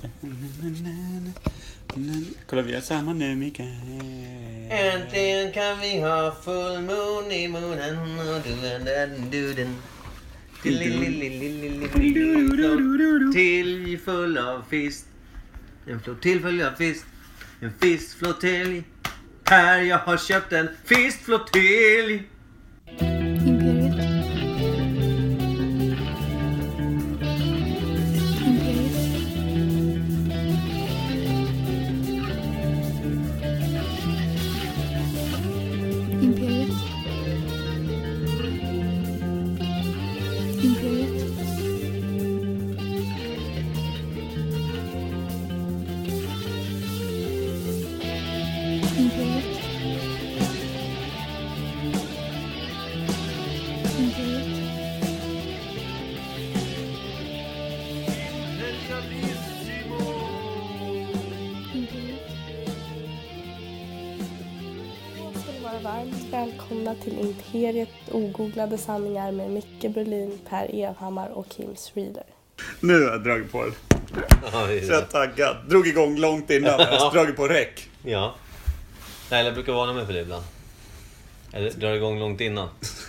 Kolla, vi har samma nu, Mikael. Äntligen kan vi ha full moon i munnen. Till full av fisk. En flottilj full av fisk. En fiskflottilj. Här jag har köpt en fiskflottilj. Imperiet. Imperiet. Imperiet. Imperiet. Imperiet. Imperiet. Ska ni vara varmt välkomna till Imperiet ogooglade sanningar med Micke Berlin, Per Evhammar och Kim Reader. Nu har jag dragit på det. Så jag är taggad. Drog igång långt innan. Jag dragit på räck. Ja. Nej, jag brukar varna mig för det ibland. Eller drar igång långt innan.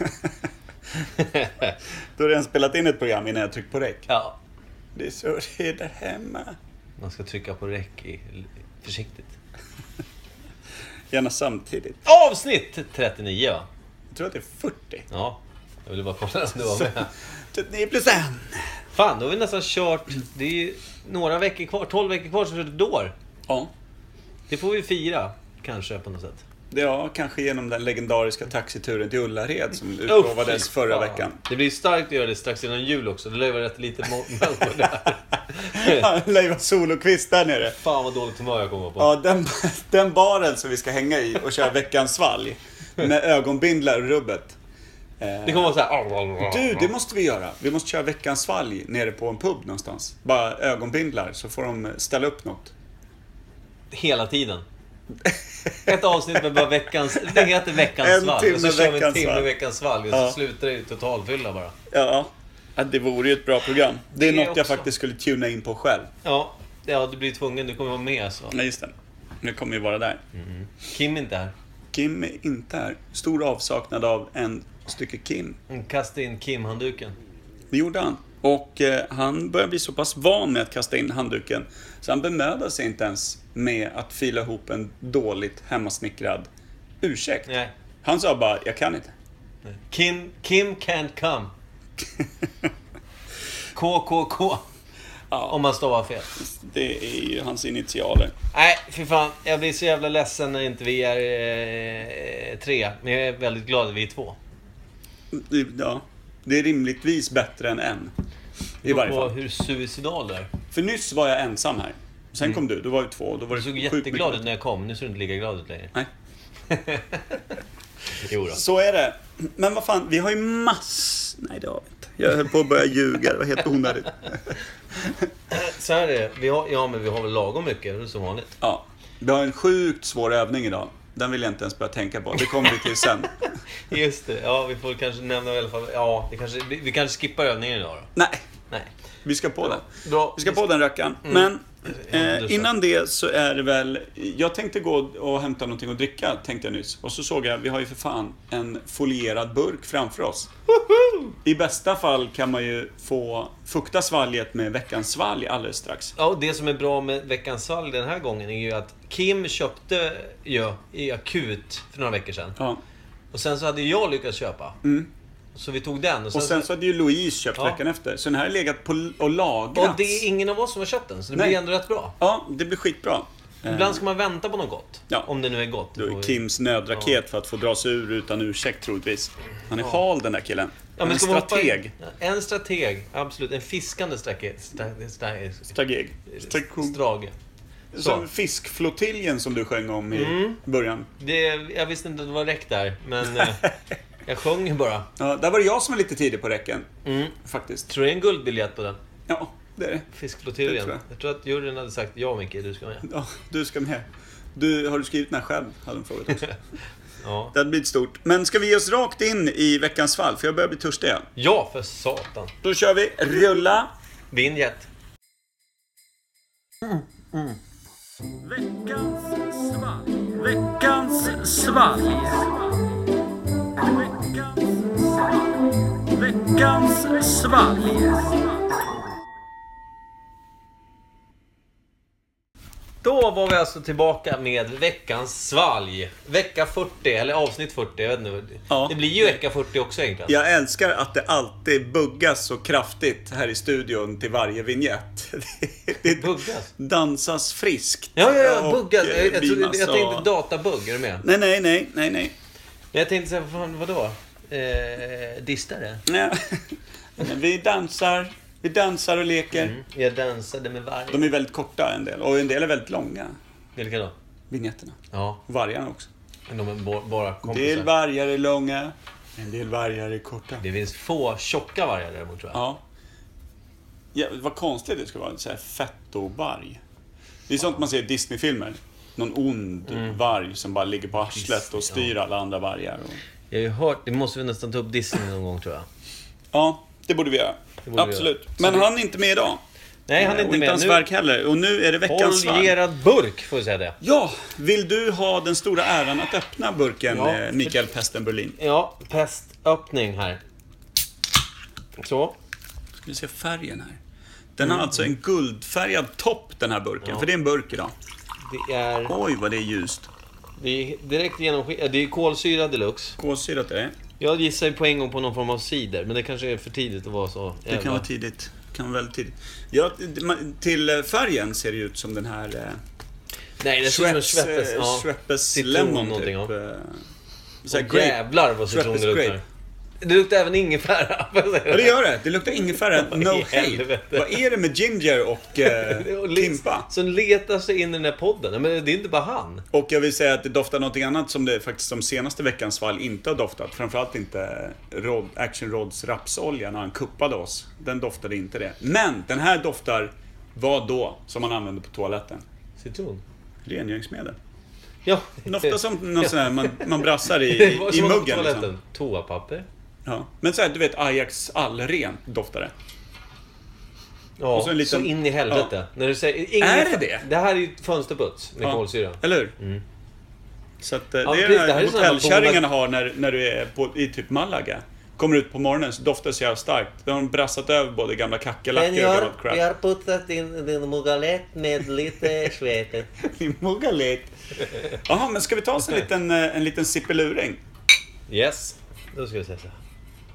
Då har jag spelat in ett program innan jag tryckt på räck. Ja. Det är så det är där hemma. Man ska trycka på räck försiktigt. Gärna samtidigt. Avsnitt 39, va? Jag tror att det är 40. Ja, jag ville bara kolla om du var med. 39 plus 1. Fan, då har vi nästan kört. Det är ju några veckor kvar, 12 veckor kvar så är det ett år. Ja. Det får vi fira, kanske på något sätt. Ja, kanske genom den legendariska taxituren till Ullared som utlovades förra veckan. Det blir starkt att göra det strax innan jul också. Det lär ju vara rätt lite människor där. Det lär ju vara solokvist där nere. Fan vad dåligt humör jag kommer på. Ja, den baren som vi ska hänga i och köra veckans svalg. Med ögonbindlar och rubbet. Det kommer vara så här. Du, det måste vi göra. Vi måste köra veckans svalg nere på en pub någonstans. Bara ögonbindlar så får de ställa upp något. Hela tiden. Ett avsnitt med bara veckans. Det heter veckans En svalg. timme Och så kör vi en veckans timme svalg. veckans svalg. Och så slutar det i totalfylla bara. Ja, det vore ju ett bra program. Det är Det något jag också. faktiskt skulle tuna in på själv. Ja, du blir tvungen. Du kommer vara med så. Nej, just det. Nu kommer vi vara där. Kim är inte här. Kim är inte här. Stor avsaknad av en stycke Kim. Kasta in Kim-handduken. Det gjorde han. Och han börjar bli så pass van med att kasta in handduken. Så han bemödar sig inte ens med att fila ihop en dåligt hemmasnickrad ursäkt. Nej. Han sa bara, jag kan inte. Kim can't come. KKK. Ja. Om man stavar fel. Det är ju hans initialer. Nej, för fan. Jag blir så jävla ledsen när inte vi är 3. Men jag är väldigt glad att vi är 2. Ja, det är rimligtvis bättre än en. I varje fall. Hur suicidal du är. För nyss var jag ensam här. Sen kom du, då var det 2. Då var Du det såg sjukt jätteglad mycket. ut när jag kom. Nu ser du inte lika glad ut längre. Nej. Jo då. Så är det. Men vad fan, vi har ju Nej, det har vi inte. Jag höll på att börja ljuga, det var helt onödigt. Så här är det. Vi har väl lagom mycket, det är som vanligt. Ja, vi har en sjukt svår övning idag. Den vill jag inte ens börja tänka på. Det kommer vi till sen. Just det. Ja, vi får kanske nämna i alla fall. Ja, vi kanske skippar övningen idag då. Nej. Vi ska på den. Bra. Vi ska på den rökan. Men Ja, innan det så är det väl... Jag tänkte gå och hämta någonting att dricka, tänkte jag nyss. Och så såg jag, vi har ju för fan en folierad burk framför oss. I bästa fall kan man ju få fukta svalget med veckans svalg alldeles strax. Ja, det som är bra med veckans svalg den här gången är ju att Kim köpte i akut för några veckor sedan. Ja. Och sen så hade jag lyckats köpa. Så vi tog den. Och sen så hade ju Louise köpt veckan efter. Så den här har legat på och lagrats. Och det är ingen av oss som har köpt den. Så det Nej. blir ändå rätt bra. Ja, det blir skitbra. Ibland ska man vänta på något gott. Ja. Om det nu är gott. Då är Kims nödraket för att få dra sig ur utan ursäkt troligtvis. Han är hal den där killen. Ja, men en ska man hoppa strateg. en strateg, absolut. En fiskande strateg. Strateg. Strage. Som fiskflottiljen som du sjöng om i början. Jag visste inte att det var räck där. Men jag sjöng ju bara. Ja, där var det jag som var lite tidig på räcken. Faktiskt. Tror du det är en guldbiljett på den? Ja, det är det. Fiskflottiljen. Det tror Jag tror att juryn hade sagt ja, Micke, du ska med. Ja, du ska med. Har du skrivit den här själv? Hade de frågat också. Ja. Det hade blivit stort. Men ska vi ge oss rakt in i veckans fall? För jag börjar bli törstig. Ja, för satan. Då kör vi rulla. Vinjett. Veckans svalg. Veckans svalg. Veckans svalg. Då var vi alltså tillbaka med veckans svalg. Vecka 40, eller avsnitt 40, jag vet inte. Ja. Det blir ju vecka 40 också egentligen. Jag älskar att det alltid buggas så kraftigt här i studion till varje vignett. Det Buggas? dansas friskt. Ja, Och, buggas. Jag beamas tänkte och- databugg, är du med? Nej. Men jag tänkte säga, vadå? Distare? Ja. Men vi dansar och leker. Jag dansade med varg. De är väldigt korta en del, och en del är väldigt långa. Vilka då? Vignetterna. Ja, Och vargarna också. men de är bara En kompisar. del vargar är långa, en del vargar är korta. Det finns få tjocka vargar däremot, tror jag. Ja, vad konstigt det skulle vara, så här fettovarg. Det är sånt man ser i Disney-filmer. Någon ond varg som bara ligger på arslet och styr alla andra vargar. Och... Jag har ju hört, det måste vi nästan ta upp Disney någon gång, tror jag. Ja, det borde vi göra. borde vi Absolut. göra. Men han är inte med idag. Nej, han är Och inte inte med. hans Nu, verk heller. Och nu är det veckans svalg. folierad burk, får vi säga det. Ja, vill du ha den stora äran att öppna burken, Ja, Mikael Pesten Berlin? Ja, pestöppning här. Så. Ska vi se färgen här. Den har alltså en guldfärgad topp, den här burken. Ja. För det är en burk idag. Det är, Oj, vad det är ljust. det är direkt genomskinligt. Det är kolsyra deluxe. Kolsyrat är det. Jag gissar ju på en gång på någon form av cider, men det kanske är för tidigt att vara så. Det kan vara tidigt. Det kan vara väldigt tidigt. Ja, till färgen ser det ut som den här Nej, det ser ut som Schweppes. Ja. Schweppes Citron Lemon någonting, typ. ja. Så här Och grape. jävlar vad citron Schweppes det luktar. grape. Det luktar även ingefära. Ja, det gör det. Det luktar ingefära. No i hate. helvete. Vad är det med ginger och Kimpa? Som letar sig in i den här podden. Men det är inte bara han. Och jag vill säga att det doftar någonting annat som det faktiskt de senaste veckans svalg inte har doftat. Framförallt inte Action Rods rapsolja när han kuppade oss. Den doftade inte det. Men den här doftar vad då som man använder på toaletten? Citron. Rengöringsmedel. Ja. Doftar som någon sån här man brassar Det var i som muggen på liksom. toaletten. Toapapper. Ja. Men så här, du vet Ajax allrent doftar det. Ja, Och så en liten- så in i helvete. Ja. När du säger, Är det det? Det här är ju fönsterputs med kolsyra. Eller hur? Så att, det är precis, det det här här är såna här hotellkärringarna har när du är i typ Malaga. Kommer ut på morgonen så doftar det så jävla starkt. De har brassat över både gamla kackerlackor och gammalt crap. har puttat in din mugalett med lite svete. I Mugalet. Jaha, men ska vi ta oss en liten sippeluring? Yes. Då ska vi se så här.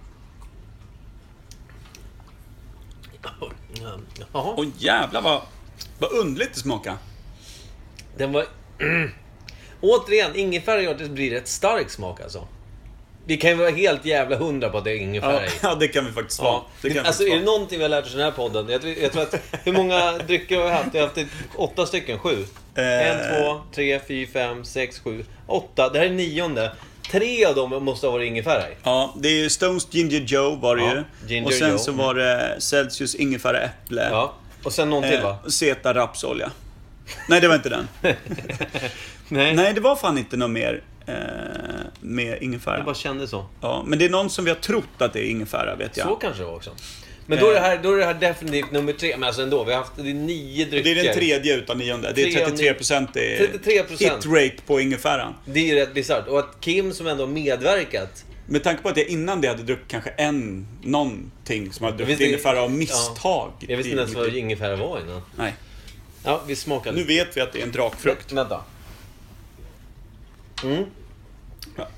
Jaha. Åh jävlar vad underligt det smakar. Den var... Återigen, ingefära gör att det blir ett stark smak alltså. Vi kan ju vara helt jävla hundra på att det är ingefära i. Ja, det kan vi faktiskt vara. Ja. Det kan Alltså faktiskt är det någonting vi har lärt oss i den här podden? Jag tror att... Hur många drycker har vi haft? Vi har haft 8 stycken, 7. 1, 2, 3, 4, 5, 6, 7, 8. Det här är 9:e. 3 av dem måste ha varit ingefära i. Ja, det är ju Stones Ginger Joe var det Ja, ju. Ginger Och sen Joe. så var det Celsius ingefära äpple. Ja. Och sen någon till va? Zeta rapsolja. Nej, det var inte den. Nej, det var fan inte något mer med ingefära. Jag bara kände så. Ja, men det är någon som vi har trott att det är ingefära, vet jag. Så kanske det var också. Men då är det här definitivt nummer 3. Men alltså ändå, vi har haft 9 drycker. Det är den tredje utav 9:e. Det är 33% i 33%. hit rate på ingefäran. Det är ju rätt bisarrt. Och att Kim som ändå har medverkat. Med tanke på att jag innan det hade druckit kanske någonting som hade druckit visste- ingefära av misstag. Jag visste inte ens vad ingefära var innan. Nej. Ja, vi smakar Nu vet vi att det är en drakfrukt. Vänta. Ja.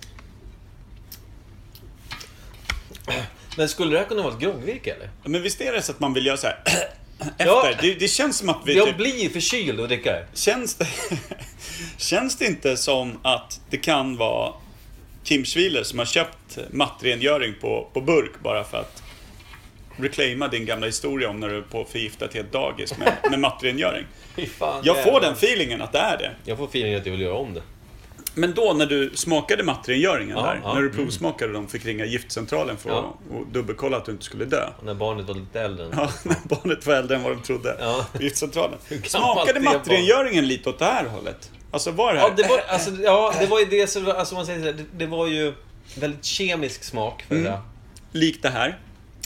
Men skulle det här kunna vara ett groggvirke eller? Men visst är det så att man vill göra så här efter? Ja. Det känns som att vi Jag typ... blir förkyld och dricka det. Känns det inte som att det kan vara Kim Schwiler som har köpt mattrengöring på burk bara för att reclaima din gamla historia om när du är på förgiftat helt dagis med mattrengöring? Fy fan, Jag får jävlar. den feelingen att det är det. Jag får feeling att jag vill göra om det. Men då när du smakade mattrengöringen Ja, där, ja. när du provsmakade och de fick ringa giftcentralen för att och dubbelkolla att du inte skulle dö. Och när barnet var lite äldre. Ja, när barnet var äldre än vad de trodde. Ja. Giftcentralen. gammalt Smakade det var. mattrengöringen lite åt det här hållet? Alltså var det här? Ja, det var ju det som, alltså man säger så här, det var ju väldigt kemisk smak för det där. Likt det här.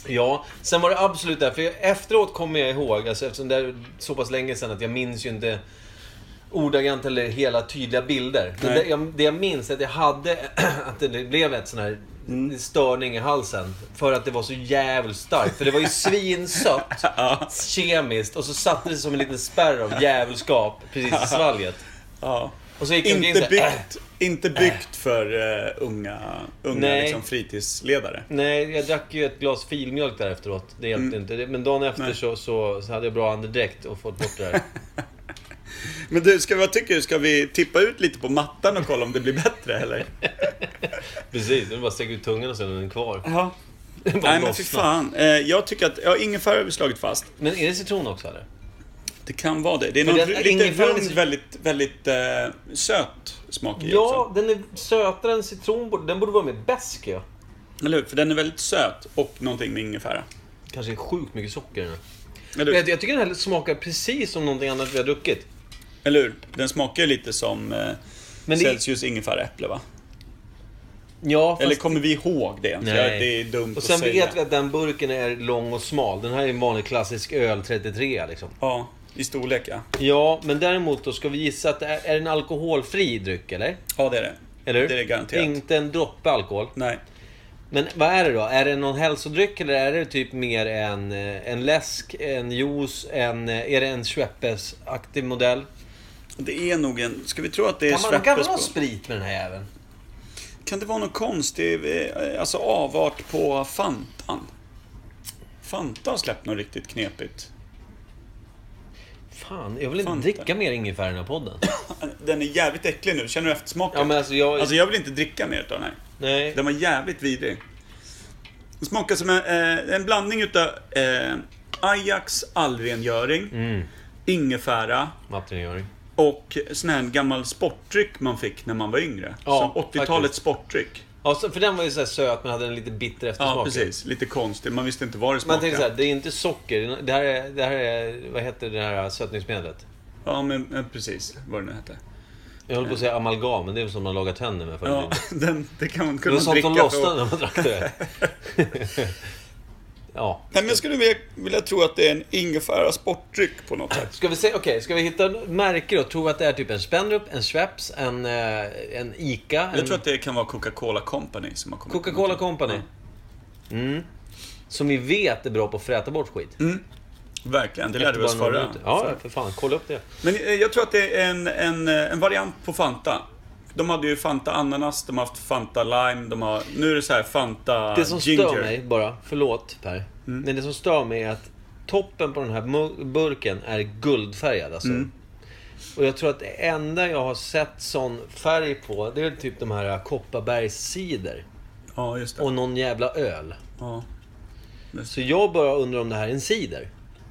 Ja, sen var det absolut där. För efteråt kommer jag ihåg, alltså, eftersom det är så pass länge sedan att jag minns ju inte ordagrant eller hela tydliga bilder. Men det jag minns är att jag hade att det blev ett sån här störning i halsen. För att det var så jävligt starkt. För det var ju svinsött, kemiskt. Och så satte det som en liten spärr av jävelskap precis i svalget. Ja. Och så gick jag Inte byggt för unga liksom, fritidsledare. Nej, jag drack ju ett glas filmjölk där efteråt. Det hjälpte inte. Men dagen efter så hade jag bra andedräkt och fått bort det där. Men du, vad tycker du? Ska vi tippa ut lite på mattan och kolla om det blir bättre, eller? Precis, det är bara att sträcka ut tungan och sen är den kvar. Ja. Nej, men fy fan. Jag tycker att ingefära har vi slagit fast. Men är det citron också, eller? Det kan vara det. Det är någon lite rund, väldigt söt smak i också. Ja, den är sötare än citron. Den borde vara mer besk, ja. Eller hur? För den är väldigt söt och någonting med ingefära. Kanske är sjukt mycket socker i den. Eller hur? Jag tycker den här smakar precis som någonting annat vi har druckit. Eller hur? Den smakar lite som Celsius ingefäräpple, va? Ja, eller kommer vi ihåg det? Nej. Det är dumt och sen att säga. vet vi att den burken är lång och smal. Den här är en vanlig klassisk öl 33 liksom. Ja, i storlek, ja. Ja, men däremot då ska vi gissa att det är en alkoholfri dryck, eller? Ja, det är det. Eller? Det är det garanterat. Inte en droppe alkohol. Nej. Men vad är det då? Är det någon hälsodryck eller är det typ mer en läsk, en juice, är det en Schweppes-aktig modell? Det är nog en... Ska vi tro att det är Schweppes? Kan man ha sprit med den här jäveln? Kan det vara någon konstig alltså avart på Fantan? Fanta har släppt något riktigt knepigt. Fan, jag vill inte dricka mer ingefära i den här podden. Den är jävligt äcklig nu. Känner du eftersmaken? Ja, men alltså jag vill inte dricka mer av den här. Nej. Den var jävligt vidrig. Den smakar som en blandning utav Ajax allrengöring, ingefära, mattrengöring och sån här gammal sportdryck man fick när man var yngre. Ja, som 80-talets sportdryck. Ja, för den var ju så här söt men hade en lite bitter eftersmak. Ja, precis. Lite konstigt. Man visste inte vad det smakade. Man tänkte så här, det är inte socker. Det här är vad heter det här sötningsmedlet? Ja, men precis. Vad det nu hette. Jag håller på att säga amalgam, men det är som man lagar tänder med. Ja, det kan man kunna dricka. Det var sånt som lossnade när man drack det. Ja. Nej, men jag skulle vilja tro att det är en ingefära sportdryck på något sätt. Ska vi se, ska vi hitta märke då? Tror att det är typ en Spendrup, en Schweppes, en Ica. Jag tror att det kan vara Coca-Cola Company som har kommit. Coca-Cola Company. Ja. Som vi vet är bra på att fräta bort skit. Verkligen, det lärde vi oss förra. Ja, för fan, kolla upp det. Men jag tror att det är en variant på Fanta. De hade ju Fanta ananas, de har haft Fanta lime, nu är det så här Fanta det som ginger. Stör mig bara, förlåt Per, men det som stör mig är att toppen på den här burken är guldfärgad alltså. Och jag tror att det enda jag har sett sån färg på, det är typ de här Kopparbergscider. Ja, just det. Och någon jävla öl. Ja. Så jag bara undrar om det här är en cider.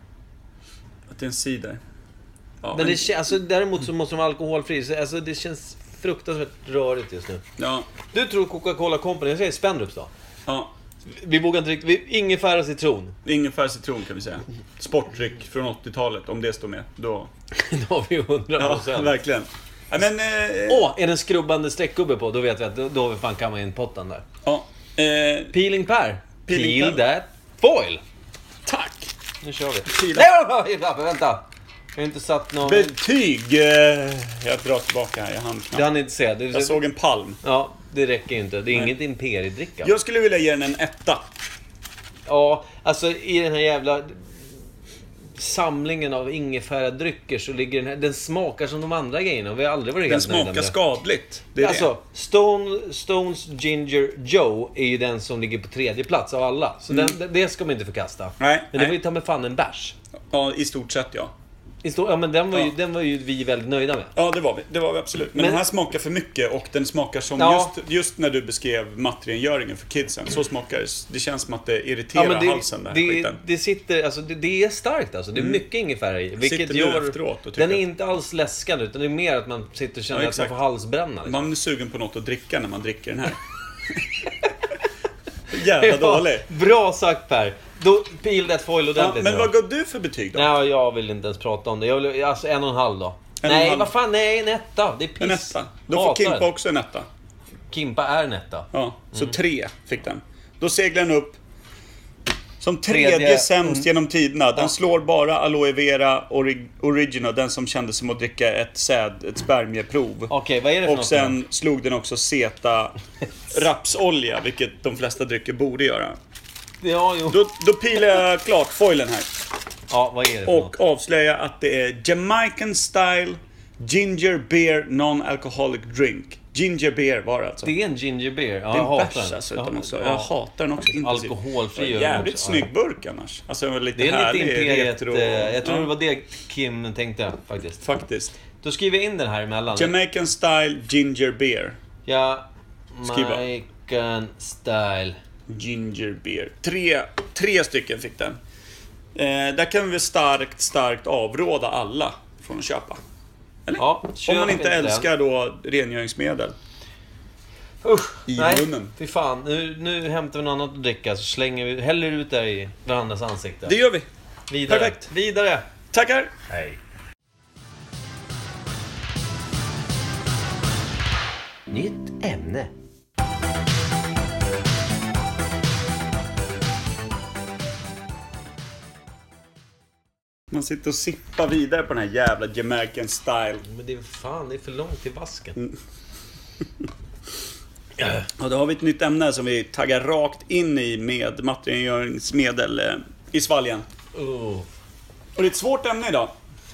Att det är en cider. Ja, men det alltså, däremot så måste de vara alkoholfri. Alltså det känns fruktansvärt rörigt just nu. Ja. Du tror Coca-Cola Company, jag säger Spendrups då. Ja. Vi vågar inte riktigt, ingefära citron. Ingefära citron kan vi säga. Sportdryck från 80-talet, om det står med. Då har vi 100%. Ja, verkligen. Ja, men, är det en skrubbande streckgubbe på, då vet vi att då har vi fan kammat in potten där. Ja. Peeling Per. Peel that foil. Tack. Nu kör vi. Nej, vänta. Jag har inte satt någon... Betyg. Jag drar tillbaka här, jag hann knappt. Det hann inte se. Jag såg en palm. Ja, det räcker ju inte. Det är inget imperiedricka. Jag skulle vilja ge den en 1. Ja, alltså i den här jävla samlingen av ingefäradrycker så ligger den smakar som de andra grejerna. Vi har aldrig varit helt nöjda med det. Den smakar skadligt. Det är alltså, Stones Ginger Joe är ju den som ligger på 3:e plats av alla. Så det ska man inte förkasta. Nej, men det var ju ta med fan en bärs. Ja, i stort sett, ja. Ja, men den var ju vi väldigt nöjda med. Ja, det var vi absolut. Men den här smakar för mycket och den smakar som just när du beskrev mattrengöringen för kidsen. Så smakar det. Det känns som att det irriterar halsen där skiten. Det sitter, alltså det är starkt alltså. Det är mycket ingefära i. Vilket gör efteråt och den är inte alls läskande utan det är mer att man sitter och känner att man får halsbränna. Liksom. Man är sugen på något att dricka när man dricker den här. Jävla dålig. Bra sagt Per. Då peel that foil ordentligt. Men vad gav du för betyg då? Nej, jag vill inte ens prata om det. Jag vill, alltså 1,5 då. Nej, vad fan, nej, en 1. Det är piss. En 1. Då får Kimpa också en 1. Kimpa är en 1. Ja, så 3 fick den. Då seglar den upp Som tredje sämst genom tiderna. Den slår bara Aloe Vera Original, den som kändes som att dricka ett spermieprov. Okej, vad är det för Och något sen slog den också Zeta rapsolja, vilket de flesta drycker borde göra. Ja, jo. Då pilar jag klart foilen här. Ja, vad är det för Och något? avslöjar att det är Jamaican Style Ginger Beer Non-Alcoholic Drink. Ginger beer var det alltså. Det är en ginger beer. Ja, Det jag är en hatar bärs den. alltså, utan också. Jag hatar den också intensivt. Alkoholfri. Jävligt också. snygg burk annars. Alltså lite Det är härlig, lite imperiet. retro. Jag tror det var det Kim tänkte faktiskt. Faktiskt. Då skriver jag in den här emellan. Jamaican Style Ginger Beer. Jamaican Style Ginger Beer. Tre stycken fick den. Där kan vi starkt avråda alla från att köpa. Eller? Ja, Om man inte den. älskar då rengöringsmedel i Nej, munnen. fy fan. Nu hämtar vi något annat att dricka så slänger vi, häller ut där i varandras ansikte. Det gör vi. Vidare. Perfekt. Vidare. Tackar. Hej. Nytt ämne. Man sitter och sippar vidare på den här jävla Jamaican Style. Men det är fan, det är för långt till vasken. Och då har vi ett nytt ämne som vi taggar rakt in i med materialgöringsmedel i svalgen. Och det är ett svårt ämne idag.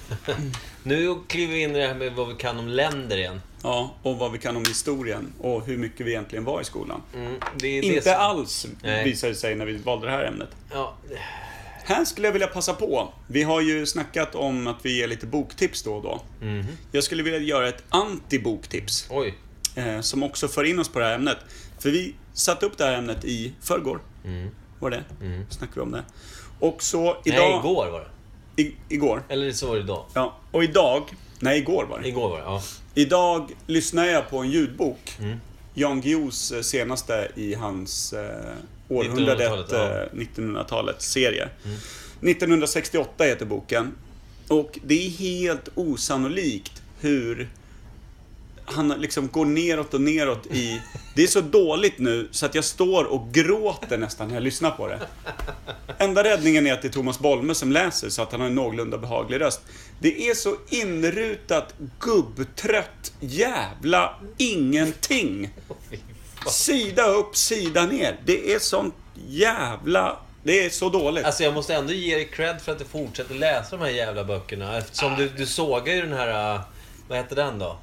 Nu kliver vi in i det här med vad vi kan om länder igen. Ja, och vad vi kan om historien och hur mycket vi egentligen var i skolan. Det är Inte det som... alls Nej. visade det sig när vi valde det här ämnet. Ja. Här skulle jag vilja passa på. Vi har ju snackat om att vi ger lite boktips då och då. Jag skulle vilja göra ett anti-boktips. Oj. Som också för in oss på det här ämnet. För vi satte upp det här ämnet i förrgår. Var det? Snackade vi om det. Och så idag... Nej, igår var det. Igår. Eller så var det idag. Ja, och idag... Nej, igår var det. Igår var det, ja. Idag lyssnar jag på en ljudbok. Jan Guillous senaste i hans århundradet 1900-talets serie. 1968 heter boken. Och det är helt osannolikt hur han liksom går neråt och neråt i... Det är så dåligt nu så att jag står och gråter nästan när jag lyssnar på det. Enda räddningen är att det är Thomas Bolme som läser så att han har en någorlunda behaglig röst. Det är så inrutat, gubbtrött, jävla ingenting. Sida upp, sida ner. Det är sånt jävla... Det är så dåligt. Alltså jag måste ändå ge dig cred för att du fortsätter läsa de här jävla böckerna. Eftersom du sågar ju den här... Vad heter den då?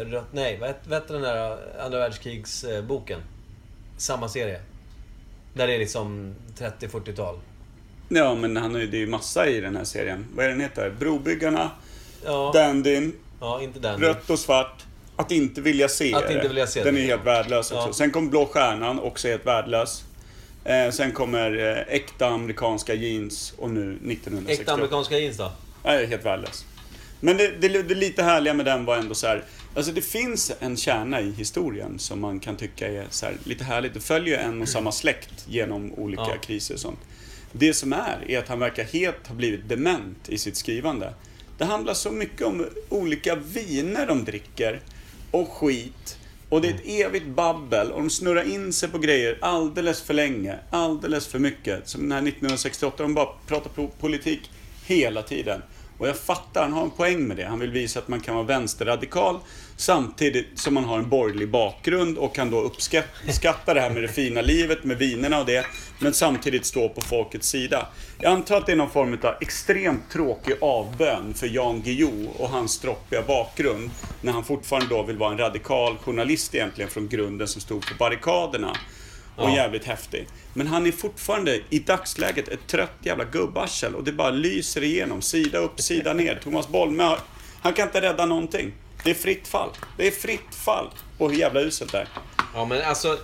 Vad heter den där andra världskrigsboken? Samma serie. Där det är liksom 30-40-tal. Ja, men det är ju massa i den här serien. Vad är den heter? Brobyggarna, Ja. Dandyn, Ja, inte den. Rött och svart. Att inte vilja se Att inte vilja se den det. är helt värdelös också. Ja. Sen kommer Blå stjärnan, också helt värdelös. Sen kommer Äkta amerikanska jeans och nu 1968. Äkta amerikanska jeans då? Nej, helt värdelös. Men det lite härliga med den var ändå så här. Alltså det finns en kärna i historien som man kan tycka är så här, lite härligt. Det följer en och samma släkt genom olika kriser och sånt. Det som är att han verkar helt ha blivit dement i sitt skrivande. Det handlar så mycket om olika viner de dricker och skit. Och det är ett evigt babbel och de snurrar in sig på grejer alldeles för länge, alldeles för mycket. Som den här 1968, de bara pratar politik hela tiden. Och jag fattar, han har en poäng med det. Han vill visa att man kan vara vänsterradikal samtidigt som man har en borgerlig bakgrund och kan då uppskatta det här med det fina livet, med vinerna och det, men samtidigt stå på folkets sida. Jag antar att det är någon form av extremt tråkig avbön för Jan Guillou och hans stroppiga bakgrund när han fortfarande då vill vara en radikal journalist egentligen från grunden som stod på barrikaderna. Och jävligt häftig. Men han är fortfarande i dagsläget ett trött jävla gubbarsel. Och det bara lyser igenom. Sida upp, sida ner. Thomas Bolme, han kan inte rädda någonting. Det är fritt fall. Det är fritt fall på jävla huset där. Ja, men alltså...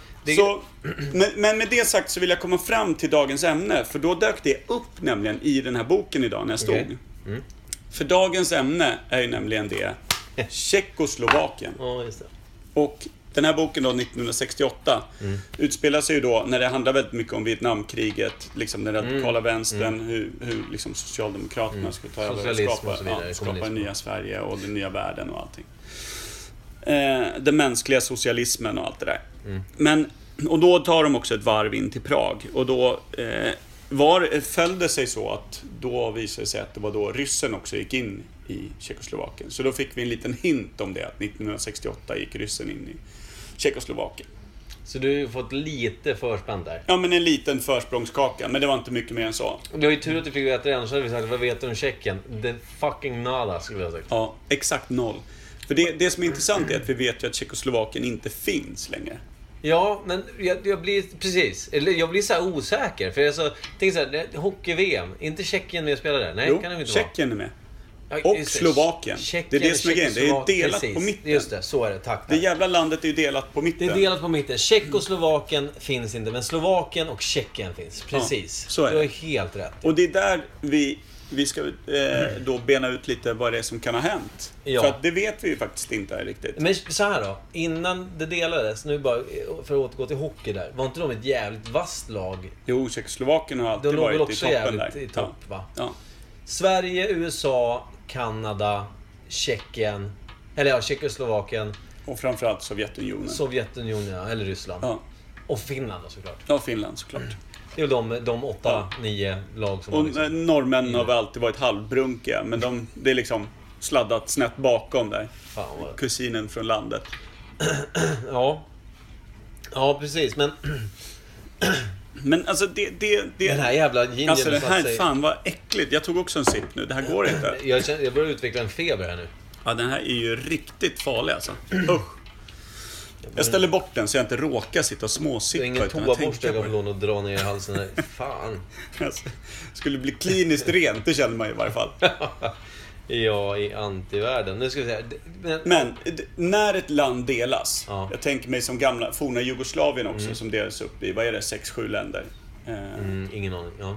Men med det sagt så vill jag komma fram till dagens ämne. För då dök det upp nämligen i den här boken idag när jag stod. Okay. För dagens ämne är ju nämligen det. Tjeckoslovakien. Ja, just det. Och den här boken då, 1968, utspelar sig ju då när det handlar väldigt mycket om Vietnamkriget, liksom den radikala vänstern, hur liksom Socialdemokraterna ska ta över, skapa en nya Sverige och den nya världen och allting. Den mänskliga socialismen och allt det där. Men, och då tar de också ett varv in till Prag. Och då föll det sig så att då visade det sig att det var då ryssen också gick in i Tjeckoslovakien. Så då fick vi en liten hint om det, att 1968 gick ryssen in i Tjeckoslovakien. Så du har fått lite förspänn där. Ja, men en liten försprångskaka, men det var inte mycket mer än så. Det var ju tur att du fick veta det, annars hade vi sagt, vad vet du om Tjeckien? The fucking nada, skulle jag ha sagt. Ja, exakt 0. För det som är intressant är att vi vet ju att Tjeckoslovakien inte finns längre. Ja, men jag blir precis. Eller jag blir så här osäker. För jag tänker så här, hockey-VM. Inte Tjeckien med och spelar där? Nej, Jo, kan det inte Tjeckien är med. vara. Och Slovakien. Det är det som är grejen. Det är delat på mitten. Just det, så är det. Tack. Det jävla landet är ju delat på mitten. Det är delat på mitten. Tjeckoslovakien finns inte, men Slovakien och Tjeckien finns. Precis. Ja, så är det. Du har helt rätt. Och det är där vi ska då bena ut lite vad det är som kan ha hänt. Ja. För att det vet vi ju faktiskt inte riktigt. Men så här då, innan det delades, nu bara för att återgå till hockey där, var inte de ett jävligt vasst lag? Jo, Tjeckoslovakien har alltid De låg väl varit i också toppen jävligt där. i topp, va? Ja. Sverige, USA, Kanada, Tjeckien, eller ja, Tjeckoslovakien, Och framförallt Sovjetunionen. Sovjetunionen, ja, eller Ryssland. Ja. Och Finland då, såklart. Ja, Finland såklart. Det är väl de 8-9 lag som har Och liksom... norrmännen har väl alltid varit halvbrunkiga, men det är liksom sladdat snett bakom där. Fan vad... Kusinen från landet. Ja. Ja, precis, men... Men alltså Den här jävla gingen... Alltså det här, fan vad äckligt. Jag tog också en sipp nu, det här går inte. Jag börjar utveckla en feber här nu. Ja, den här är ju riktigt farlig alltså. Usch. Jag ställer bort den så jag inte råkar sitta och Det är småsippa. ingen toaborste jag kan få låna och dra ner i halsen här. Fan. Alltså, skulle bli kliniskt rent, det känner man ju i varje fall. Ja, i antivärlden. Nu ska vi säga... Men när ett land delas, Ja. jag tänker mig som gamla forna Jugoslavien också, som delas upp i, vad är det, 6-7 länder. Ingen aning, ja.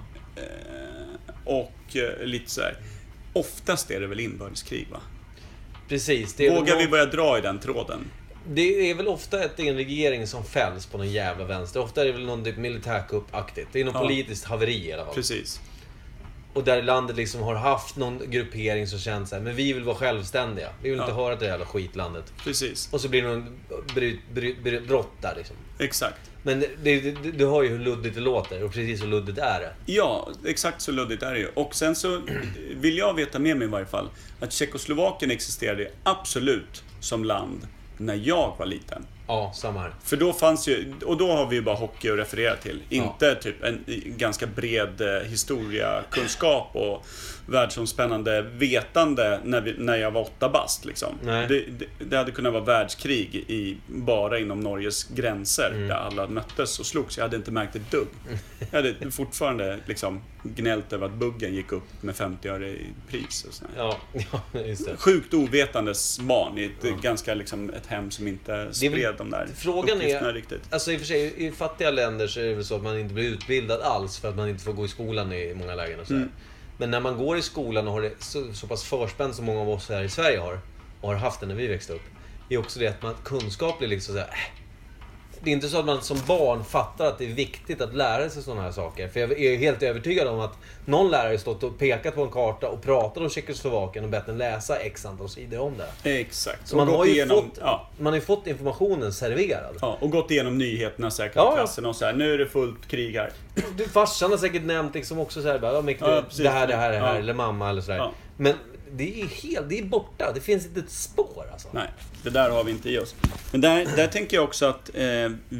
Och lite så här. Oftast är det väl inbördeskrig, va? Precis. Det är Vågar väl vi börja dra i den tråden? Det är väl ofta en regering som fälls på någon jävla vänster. Ofta är det väl någon typ militärkuppaktigt. Det är något politiskt haveri i alla fall. Precis. Och där landet liksom har haft någon gruppering som känns så här, men vi vill vara självständiga. Vi vill inte höra till det jävla skitlandet. Precis. Och så blir det någon brott där liksom. Exakt. Men du hör ju hur luddigt det låter, och precis så luddigt är det. Ja, exakt så luddigt är det ju. Och sen så vill jag veta med mig i varje fall att Tjeckoslovakien existerade absolut som land när jag var liten. Ja, samma här. För då fanns ju, och då har vi ju bara hockey att referera till. Inte typ en ganska bred historiakunskap och världsomspännande vetande när jag var 8 bast liksom. Det hade kunnat vara världskrig bara inom Norges gränser där alla möttes och slogs. Jag hade inte märkt ett dugg. Jag hade fortfarande liksom gnällt över att buggen gick upp med 50 öre i pris och sådär. Ja, just det. Sjukt ovetandes barn i ett ganska liksom ett hem som inte spred de där frågan är riktigt. Alltså i och för sig, i fattiga länder så är det väl så att man inte blir utbildad alls för att man inte får gå i skolan i många lägen och sådär. Men när man går i skolan och har det så pass förspänt som många av oss här i Sverige har och har haft det när vi växte upp, är också det att man kunskap blir liksom såhär, det är inte så att man som barn fattar att det är viktigt att lära sig sådana här saker. För jag är helt övertygad om att någon lärare stått och pekat på en karta och pratat om Tjeckoslovakien och bett en läsa x antal sidor om det. Exakt. Så man har ju man har ju fått informationen serverad. Ja, och gått igenom nyheterna säkert i klassen och så här, nu är det fullt krig här. Du, farsan har säkert nämnt liksom också så här, bara, det här, eller mamma eller sådär. Ja. Men det är borta. Det finns inte ett spår alltså. Nej, det där har vi inte i oss. Men där tänker jag också att det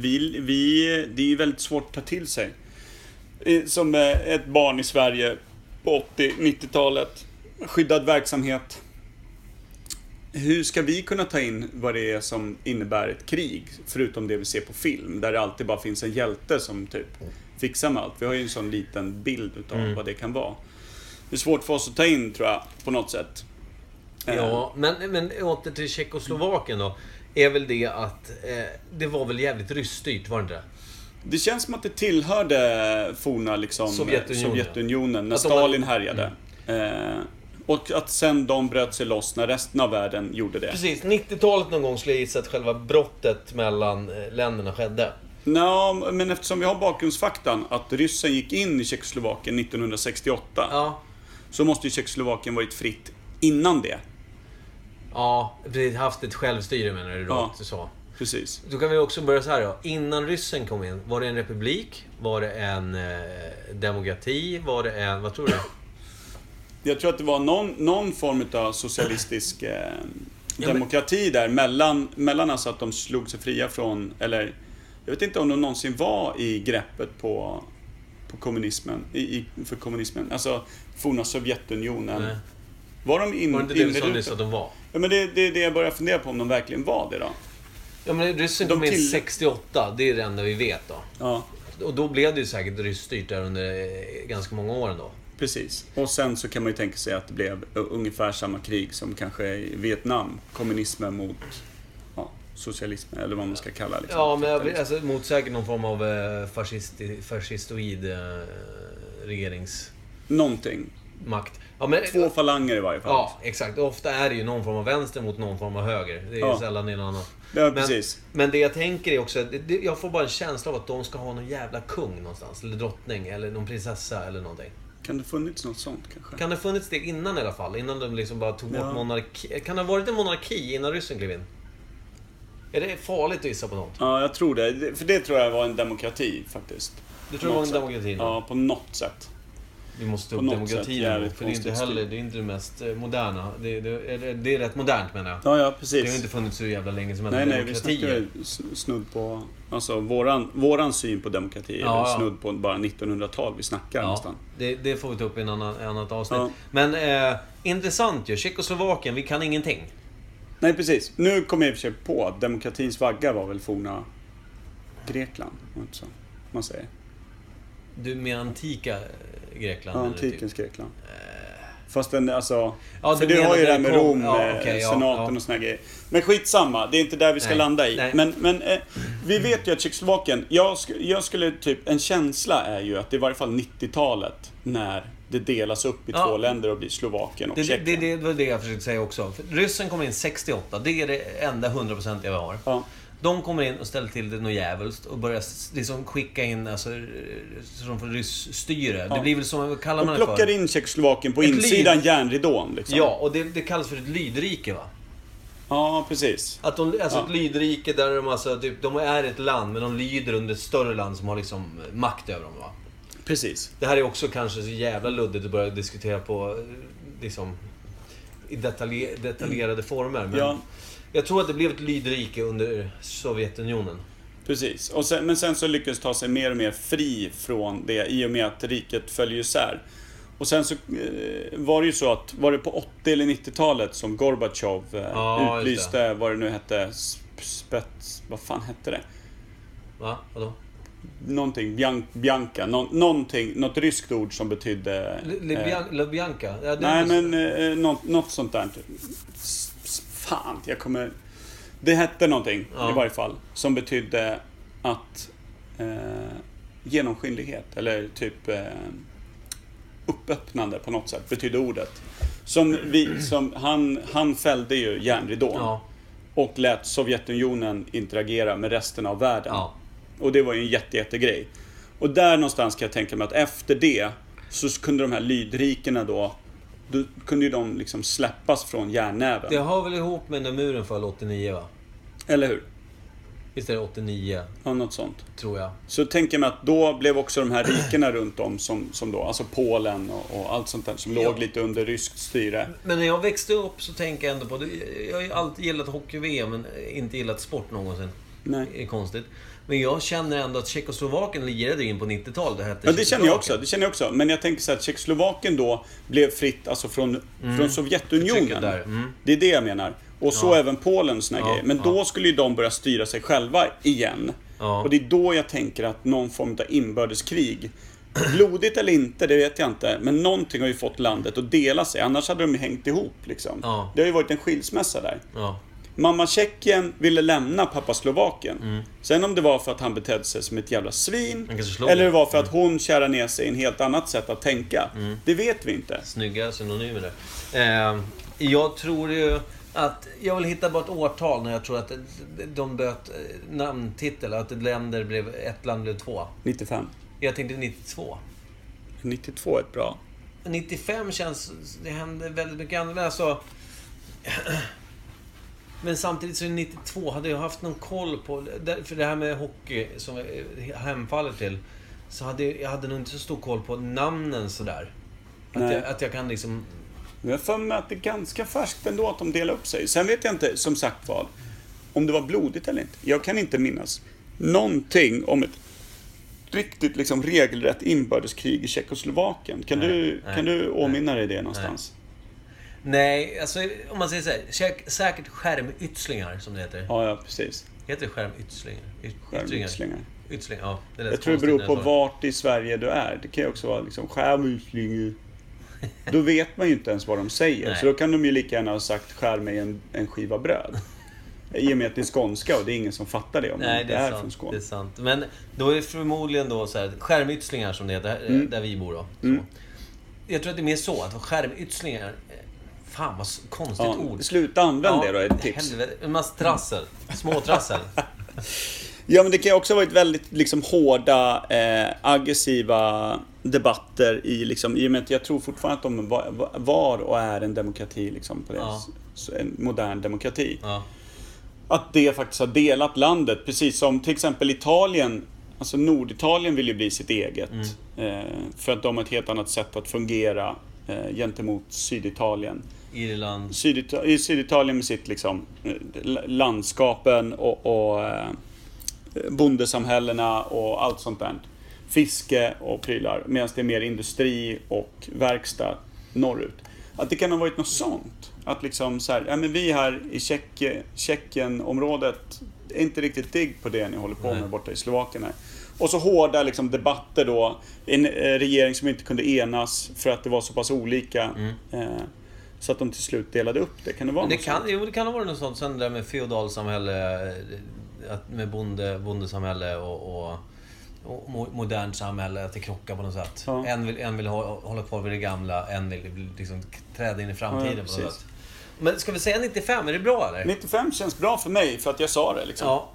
är ju väldigt svårt att ta till sig. Som ett barn i Sverige på 80-90-talet. Skyddad verksamhet. Hur ska vi kunna ta in vad det är som innebär ett krig? Förutom det vi ser på film. Där det alltid bara finns en hjälte som typ fixar med allt. Vi har ju en sån liten bild utav vad det kan vara. Det är svårt för oss att ta in, tror jag, på något sätt. Ja, men åter till Tjeckoslovakien då. Är väl det att det var väl jävligt ryssstyrt, var det inte det? Det känns som att det tillhörde forna liksom, Sovjetunionen när Stalin härjade. Och att sen de bröt sig loss när resten av världen gjorde det. Precis, 90-talet någon gång skulle jag gissa att själva brottet mellan länderna skedde. Ja, men eftersom vi har bakgrundsfaktan att ryssen gick in i Tjeckoslovakien 1968 så måste ju Tjeckoslovakien varit fritt innan det. Ja, precis, haft ett självstyre menar du då, så. Precis. Då kan vi också börja så här då. Innan ryssen kom in, var det en republik? Var det en demokrati? Var det en... Vad tror du? Jag tror att det var någon form av socialistisk demokrati där mellan alltså att de slog sig fria från, eller jag vet inte om de någonsin var i greppet på kommunismen, för kommunismen, alltså forna Sovjetunionen. Nej. Var de Var det inte det vi sa nyss att de var? Ja, men det är det jag börjar fundera på, om de verkligen var det då. Ja, men ryssen kom in 68, det är det enda vi vet då. Ja, Och då blev det ju säkert rysstyrt där under ganska många år ändå. precis. Och sen så kan man ju tänka sig att det blev ungefär samma krig som kanske i Vietnam. Kommunismen mot socialismen, eller vad man ska kalla det. Liksom. Ja, men alltså, mot säkert någon form av fascistoid regeringsmakt. Någonting. Ja, men, Två falanger i varje fall. Ja, exakt. Ofta är det ju någon form av vänster mot någon form av höger. Det är ju sällan det är något annat. Ja, precis. Men det jag tänker är också att jag får bara en känsla av att de ska ha någon jävla kung någonstans. Eller drottning, eller någon prinsessa eller någonting. Kan det funnits något sånt kanske? Kan det funnits det innan i alla fall? Innan de liksom bara tog bort monarki. Kan det ha varit en monarki innan ryssen klev in? Är det farligt att gissa på något? Ja, jag tror det. För det tror jag var en demokrati faktiskt. Du tror det var en demokrati? Ja, på något sätt. Vi måste På upp något demokratin, sätt jävligt för det är inte konstigt heller, det är inte det mest moderna. Det är rätt modernt, menar jag. Ja, Det har precis. inte funnits så jävla länge som en Nej, vi demokrati. snackar ju snudd på... Alltså, våran syn på demokrati är väl snudd på bara 1900-tal vi snackar nästan. Det får vi ta upp i en annat avsnitt. Ja. Men intressant ju. Tjeckoslovakien, vi kan ingenting. Nej, precis. Nu kommer jag i och för sig på att demokratins vagga var väl forna Grekland, så man säger. Du med antika Grekland? Ja, eller antikens Grekland. Fast den, alltså... Ja, för du du har ju det här med Rom, ja, senaten och såna grejer. Men skitsamma, det är inte där vi ska landa i. Nej. Men vi vet ju att Tjeckoslovakien... Jag skulle typ... En känsla är ju att det är i varje fall 90-talet när det delas upp i två länder och blir Slovakien och Tjeckien. Det var det jag försökte säga också. För ryssen kommer in 68, det är det enda 100% jag har. Ja. De kommer in och ställer till det något jävligt och börjar liksom skicka in alltså, som för ryssstyre. Det blir väl som, vad kallar man det för? Och plockar in Tjeckoslovakien på insidan järnridån liksom. Ja, och det kallas för ett lydrike, va? Ja, precis. Att ett lydrike där de alltså, typ, de är ett land, men de lyder under ett större land som har liksom makt över dem, va? Precis. Det här är också kanske så jävla luddigt att börja diskutera på liksom i detaljerade former, men jag tror att det blev ett lydrike under Sovjetunionen. Precis. Och men sen så lyckades ta sig mer och mer fri från det i och med att riket följer isär. Och sen så var det ju så att, var det på 80 eller 90-talet som Gorbatjov utlyste, vad det nu hette, vad fan hette det? Va? Vadå? Någonting, Bianca, något ryskt ord som betydde... Lubjanka? Ja, nej, men något sånt där. Fan, jag kommer... Det hette någonting i varje fall som betydde att genomskinlighet eller typ uppöppnande på något sätt betydde ordet. Han fällde ju järnridån och lät Sovjetunionen interagera med resten av världen. Ja. Och det var ju en jättegrej. Och där någonstans kan jag tänka mig att efter det så kunde de här lydrikena då kunde ju de liksom släppas från järnnäven. Det har väl ihop med när muren föll 89, va? Eller hur? Visst är det 89? Ja, något sånt. Tror jag. Så tänker jag mig att då blev också de här rikena runt om som då, alltså Polen och allt sånt där som låg lite under ryskt styre. Men när jag växte upp så tänker jag ändå på det. Jag har ju alltid gillat hockey-VM men inte gillat sport någonsin. Nej. Det är konstigt. Men jag känner ändå att Tjeckoslovakien lirade in på 90-talet. Det känner jag också. Men jag tänker så att Tjeckoslovakien då blev fritt alltså från Sovjetunionen. Det är det jag menar. Och så även Polen och såna grejer. Men då skulle ju de börja styra sig själva igen. Och det är då jag tänker att någon form av inbördeskrig, blodigt eller inte, det vet jag inte, men någonting har ju fått landet att dela sig. Annars hade de hängt ihop liksom. Det har ju varit en skilsmässa där. Mamma Tjeckien ville lämna pappa Slovakien. Sen om det var för att han betedde sig som ett jävla svin eller det var för att hon kärar ner sig i en helt annat sätt att tänka. Det vet vi inte. Snygga synonymer där. Jag tror ju att jag vill hitta bara ett årtal när jag tror att de böt namntitel, att ett land blev 2. 95. Jag tänkte 92. 92 är bra. 95 känns, det hände väldigt mycket annat. Alltså, Men samtidigt så är 92, hade jag haft någon koll på... För det här med hockey som jag hemfaller till, så jag hade nog inte så stor koll på namnen sådär. Att jag kan liksom... Jag har för mig att det är ganska färskt ändå att de delar upp sig. Sen vet jag inte, som sagt vad, om det var blodigt eller inte. Jag kan inte minnas någonting om ett riktigt liksom regelrätt inbördeskrig i Tjeckoslovakien. Kan du åminna dig det någonstans? Nej, alltså om man säger så här, säkert skärmytslingar som det heter. Ja, precis. Heter det skärmytslingar? Skärmytslingar. Ytslingar, ja. Det Jag tror det beror på vart i Sverige du är. Det kan ju också vara liksom skärmytslingar. Då vet man ju inte ens vad de säger. Nej. Så då kan de ju lika gärna ha sagt skär mig en skiva bröd. I och med att det är skånska och det är ingen som fattar det om man inte är från Skåne. Det är sant. Men då är det förmodligen då så här, skärmytslingar som det heter, där vi bor då. Så. Jag tror att det är mer så att skärmytslingar, fan vad konstigt ord. Sluta använda det då, ett tips. Helvete, en massa trassel, småtrassel. Ja, men det kan ju också vara ett väldigt liksom hårda, aggressiva debatter i och med att jag tror fortfarande att de var och är en demokrati liksom på det, en modern demokrati. Ja. Att det faktiskt har delat landet, precis som till exempel Italien, alltså Norditalien vill ju bli sitt eget. För att de har ett helt annat sätt att fungera gentemot Syditalien. Irland. I Syditalien med sitt liksom landskapen och bondesamhällena och allt sånt där. Fiske och prylar. Medan det är mer industri och verkstad norrut. Att det kan ha varit något sånt. Att liksom så här, men vi här i Tjeckien-området är inte riktigt digg på det ni håller på med borta i Slovakien här. Och så hårda liksom debatter då. En regering som inte kunde enas för att det var så pass olika. Så att de till slut delade upp det. Kan det vara det kan ha varit något sånt. Sen där med feodalsamhälle, med bondesamhälle och modernt samhälle, att det krockar på något sätt. Ja. En vill hålla kvar vid det gamla, en vill liksom träda in i framtiden på något sätt. Men ska vi säga 95, är det bra eller? 95 känns bra för mig för att jag sa det liksom. Ja.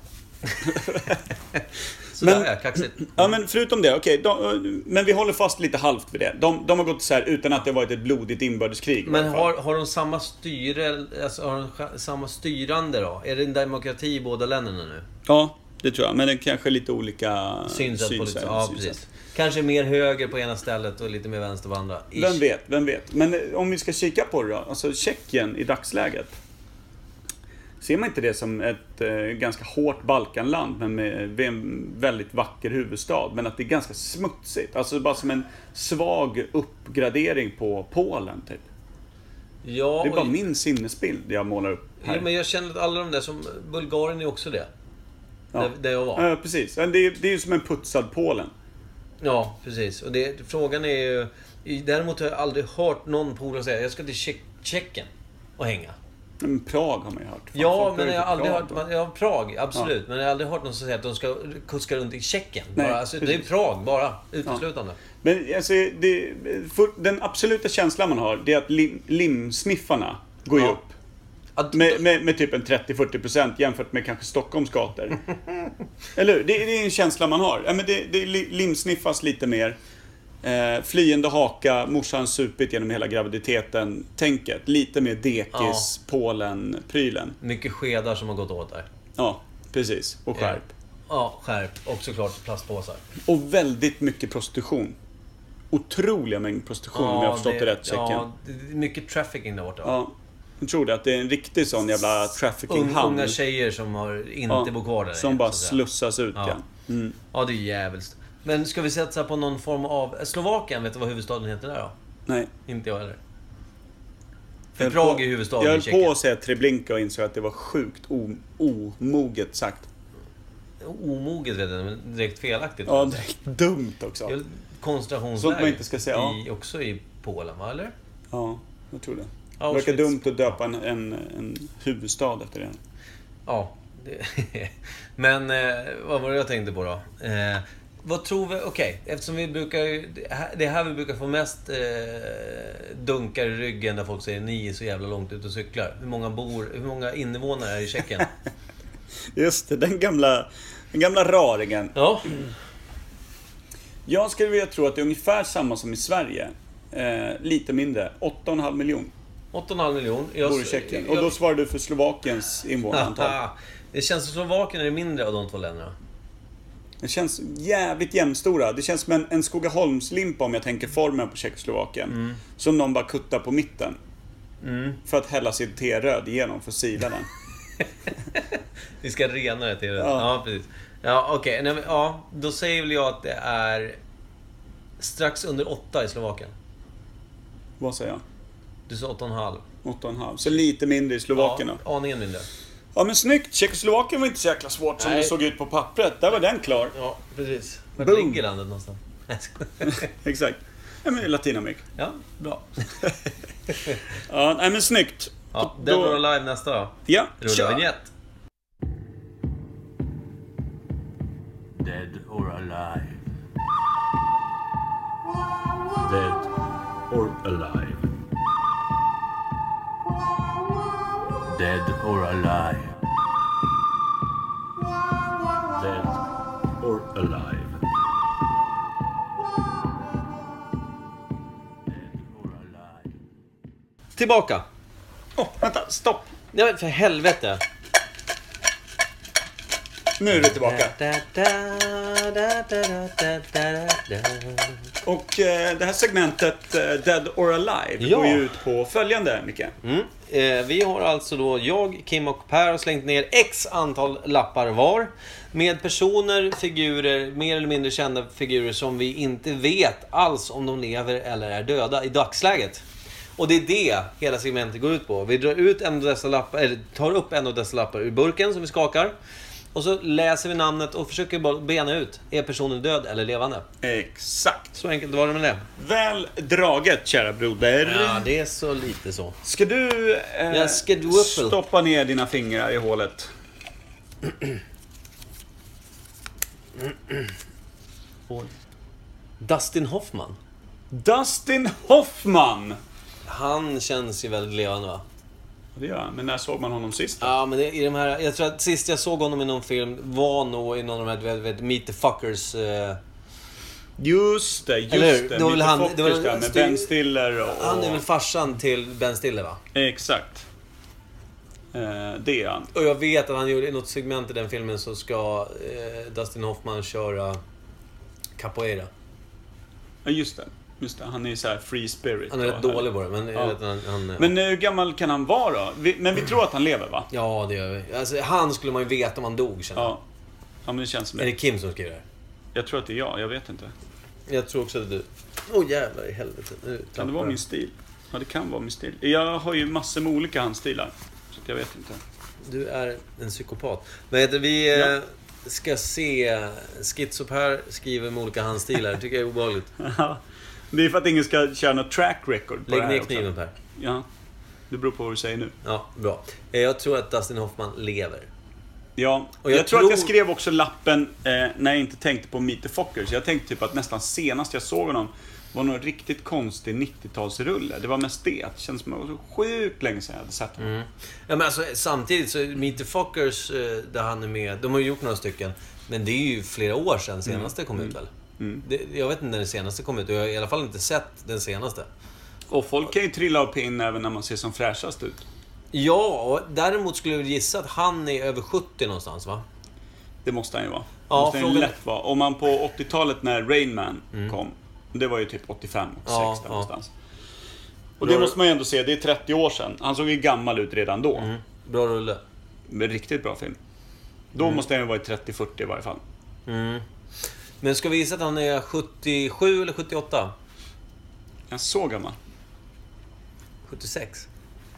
Sådär, kaxigt. Ja, men förutom det, okej, men vi håller fast lite halvt vid det. De har gått så här utan att det varit ett blodigt inbördeskrig. Men har de samma styre, alltså har de samma styrande då? Är det en demokrati i båda länderna nu? Ja, det tror jag. Men det är kanske lite olika synsätt. Ja, precis. Kanske mer höger på ena stället och lite mer vänster på andra. Vem vet. Men om vi ska kika på det då. Alltså Tjeckien i dagsläget. Ser man inte det som ett ganska hårt Balkanland men med en väldigt vacker huvudstad, men att det är ganska smutsigt, alltså bara som en svag uppgradering på Polen typ. Ja, det är bara min sinnesbild jag målar upp här. Ja, men jag känner att alla de där som Bulgarien är också det. Ja. Där jag var. Ja, precis. Det är ju som en putsad Polen. Ja, precis. Och frågan är ju, däremot har jag aldrig hört någon polare säga jag ska till Tjeckien och hänga. Men Prag har man ju hört. Ja, men jag har aldrig hört... Prag, absolut. Ja. Men jag har aldrig hört någon som säger att de ska kuska runt i Tjeckien. Nej, alltså, det är Prag, bara. Uteslutande. Ja. Men alltså, den absoluta känslan man har, det är att limsniffarna går ju upp. Med typ en 30-40% jämfört med kanske Stockholms gator. Eller hur? Det är en känsla man har. Ja, men det limsniffas lite mer. Flyende haka, morsan supit genom hela graviditeten. Tänket, lite mer dekis, Polen-prylen. Mycket skedar som har gått åt där. Ja, precis. Och skärp. Ja, skärp. Och såklart plastpåsar. Och väldigt mycket prostitution. Otroliga mängd prostitution om jag har förstått det rätt, Tjeckien. Ja, det är mycket trafficking där borta. Ja, jag tror det. Att det är en riktig sån jävla trafficking-hamn. Unga tjejer som inte bor kvar där. Som bara slussas ut, ja. Ja, det är jävligt. Men ska vi sätta på någon form av... Slovakien, vet du vad huvudstaden heter där då? Nej. Inte jag heller. För Prag är huvudstaden i Tjeckien. Jag höll på Tjeckien. att säga Treblinka och insåg att det var sjukt omoget sagt. Omoget vet jag, men direkt felaktigt. Ja, direkt dumt också. Koncentrationsläger. Sånt man inte ska säga. Också i Polen, va? Eller? Ja, jag tror det. Det verkar dumt att döpa en huvudstad efter det. Ja. Men vad var det jag tänkte på då? Vad tror vi? Okej, eftersom vi brukar... Det är här vi brukar få mest dunkar i ryggen när folk säger ni är så jävla långt ut och cyklar. Hur många invånare är i Tjeckien? Just det, den gamla raringen. Ja. Jag skulle vilja tro att det är ungefär samma som i Sverige. Lite mindre, 8,5 miljoner. 8,5 miljoner. bor i Tjeckien. Och då svarar du för Slovakiens invånarantal. Det känns som Slovakien är det mindre av de två länderna. Det känns jävligt jämnstora. Det känns som en Skogaholmslimpa om jag tänker formen på Tjeckoslovakien. Som någon bara kuttar på mitten. För att hälla sin te-röd igenom för att sila den. Vi ska rena det till det. Ja, precis. Ja, okej. Okay. Ja, då säger väl jag att det är strax under 8 i Slovakien. Vad säger jag? Du sa 8,5. 8,5. Så lite mindre i Slovakien då. Ja, aningen mindre. Ja, men snyggt. Tjeckoslovakien var inte så jäkla svårt som det såg ut på pappret. Där var den klar. Ja, precis. Var Boom. ligger landet någonstans? Exakt. Ja, men Latinamerika. Ja, bra. Ja, nej men snyggt. Ja, Dead or Alive nästa då. Ja, Rulla vignett. Dead or alive. Dead or alive. Dead or alive. Dead or alive. Dead or alive. Tillbaka. Vänta, stopp. Ja, men för helvete. Nu är vi tillbaka. Och det här segmentet Dead or Alive går ju ut på följande, Micke. Vi har alltså då, jag, Kim och Per har slängt ner x antal lappar var. Med personer, figurer, mer eller mindre kända figurer som vi inte vet alls om de lever eller är döda i dagsläget. Och det är det hela segmentet går ut på. Vi drar ut en av dessa lappar, eller tar upp en av dessa lappar ur burken som vi skakar. Och så läser vi namnet och försöker bara bena ut, är personen död eller levande? Exakt. Så enkelt var det med det. Väl draget, kära broder. Ja, det är så lite så. Ska du stoppa ner dina fingrar i hålet? Dustin Hoffman. Dustin Hoffman! Han känns ju väldigt levande, va? Det gör han. Men när såg man honom sist då? Ja, men i de här, jag tror att sist jag såg honom i någon film var nog i någon av de här, vet, Meet the Fuckers. Just det. Det var väl han, det var med Ben Stiller och... Han är väl farsan till Ben Stiller, va? Exakt. Det är han. Och jag vet att han gjorde i något segment i den filmen så ska Dustin Hoffman köra capoeira. Ja, just det. Han är så här free spirit. Han är rätt dålig på det, men jag vet att Men hur gammal kan han vara då? Men vi tror att han lever, va? Ja, det gör vi. Alltså, han skulle man ju veta om han dog, känner jag. Ja, men det känns som Är det Kim som skriver det här? Jag tror att det är jag vet inte. Jag tror också att det är du. Jävlar i helvete. Kan det vara min stil? Ja, det kan vara min stil. Jag har ju massor med olika handstilar. Så jag vet inte. Du är en psykopat. Men heter vi ska se Skitsop här skriver med olika handstilar. Det tycker jag är obehagligt. Det är för att ingen ska köra något track record på Lägg det här ner också. kniven, Per. Ja, det beror på vad du säger nu. Ja, bra. Jag tror att Dustin Hoffman lever. Ja, och jag tror att jag skrev också lappen när jag inte tänkte på Meet the Fockers. Jag tänkte typ att nästan senast jag såg honom var någon riktigt konstig 90-talsrulle. Det var mest det. Det känns som att det var så sjukt länge sedan jag hade sett honom. Ja, men alltså, samtidigt så Meet the Fockers där han är med, de har ju gjort några stycken. Men det är ju flera år sedan senaste kom ut väl? Jag vet inte när den senaste kom ut. Jag har i alla fall inte sett den senaste. Och folk kan ju trilla av pinn även när man ser som fräschast ut. Ja, och däremot skulle jag gissa att han är över 70 någonstans, va? Det måste han ju vara. Ja, måste han ju lätt vara. Om man på 80-talet när Rain Man kom. Det var ju typ 85, 86 där någonstans. Och det måste man ju ändå se, det är 30 år sedan. Han såg ju gammal ut redan då. Bra rulle. Men riktigt bra film. Då måste han ju vara i 30-40 i varje fall. Men ska vi gissa att han är 77 eller 78? Jag så gammal. 76.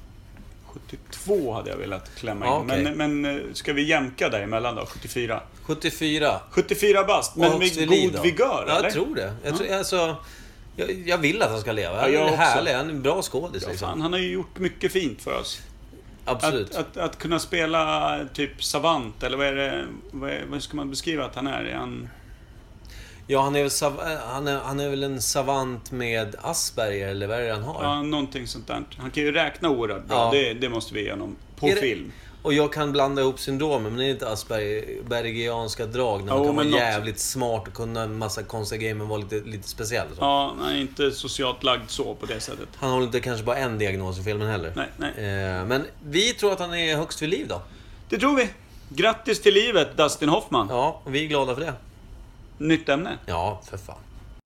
72 hade jag velat klämma in. Okay. Men ska vi jämka däremellan då? 74? 74. 74 bast, men med god vigör, eller? Jag tror det. Jag vill att han ska leva. Han är härlig, han är en bra skådis. Ja, liksom. han har ju gjort mycket fint för oss. Absolut. Att kunna spela typ savant, eller vad är det? Vad ska man beskriva att han är? Är han... Ja, han är väl en savant med Asperger, eller vad är det han har? Ja, någonting sånt där. Han kan ju räkna oerhört bra. Ja. Det måste vi ge honom på film. Och jag kan blanda ihop syndromen, men det är inte aspergerianska drag när man kan vara jävligt smart och kunna en massa konstiga grejer men vara lite speciell. Så. Ja, nej, inte socialt lagd så på det sättet. Han har inte kanske bara en diagnos i filmen heller. Nej. Men vi tror att han är högst vid liv då. Det tror vi. Grattis till livet, Dustin Hoffman. Ja, och vi är glada för det. Nytt ämne. Ja, för fan.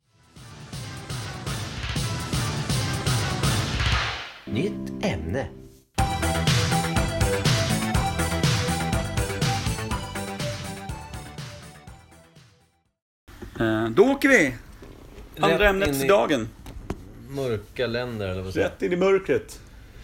Nytt ämne. Då åker vi. Andra Rätt ämnet in för i dagen. mörka länder eller vad säger. Rätt in i mörkret.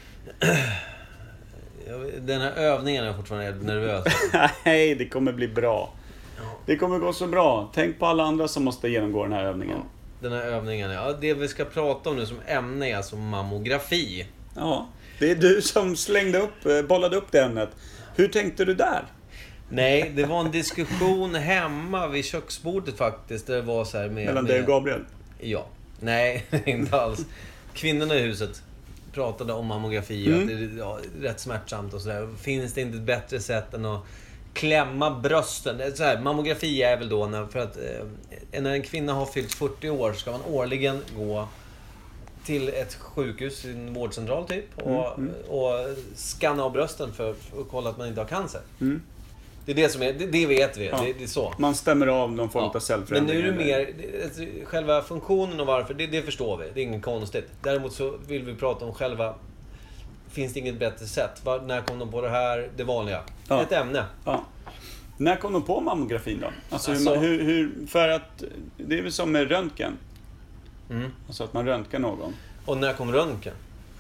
Den här övningen är jag fortfarande nervös. Nej, det kommer bli bra. Det kommer gå så bra. Tänk på alla andra som måste genomgå den här övningen. Den här övningen, ja. Det vi ska prata om nu som ämne är alltså mammografi. Ja, det är du som bollade upp det ämnet. Hur tänkte du där? Nej, det var en diskussion hemma vid köksbordet faktiskt. Där det var så här med... Mellan dig och Gabriel? Ja. Nej, inte alls. Kvinnorna i huset pratade om mammografi och att det är rätt smärtsamt och sådär. Finns det inte ett bättre sätt än att klämma brösten? Så här, mammografi är väl då när en kvinna har fyllt 40 år ska man årligen gå till ett sjukhus, en vårdcentral typ, och skanna av brösten för att kolla att man inte har cancer. Mm. Det är det som är, det vet vi, ja. Det är så. Man stämmer av någon form av cellförändring. Men nu är det mer, själva funktionen och varför, det förstår vi, det är inget konstigt. Däremot så vill vi prata om själva, finns det inget bättre sätt? När kom de på det här, det vanliga? Ja. Ett ämne. Ja. När kom de på mammografin då? Alltså hur, för att det är väl som med röntgen. Alltså att man röntgar någon. Och när kom röntgen?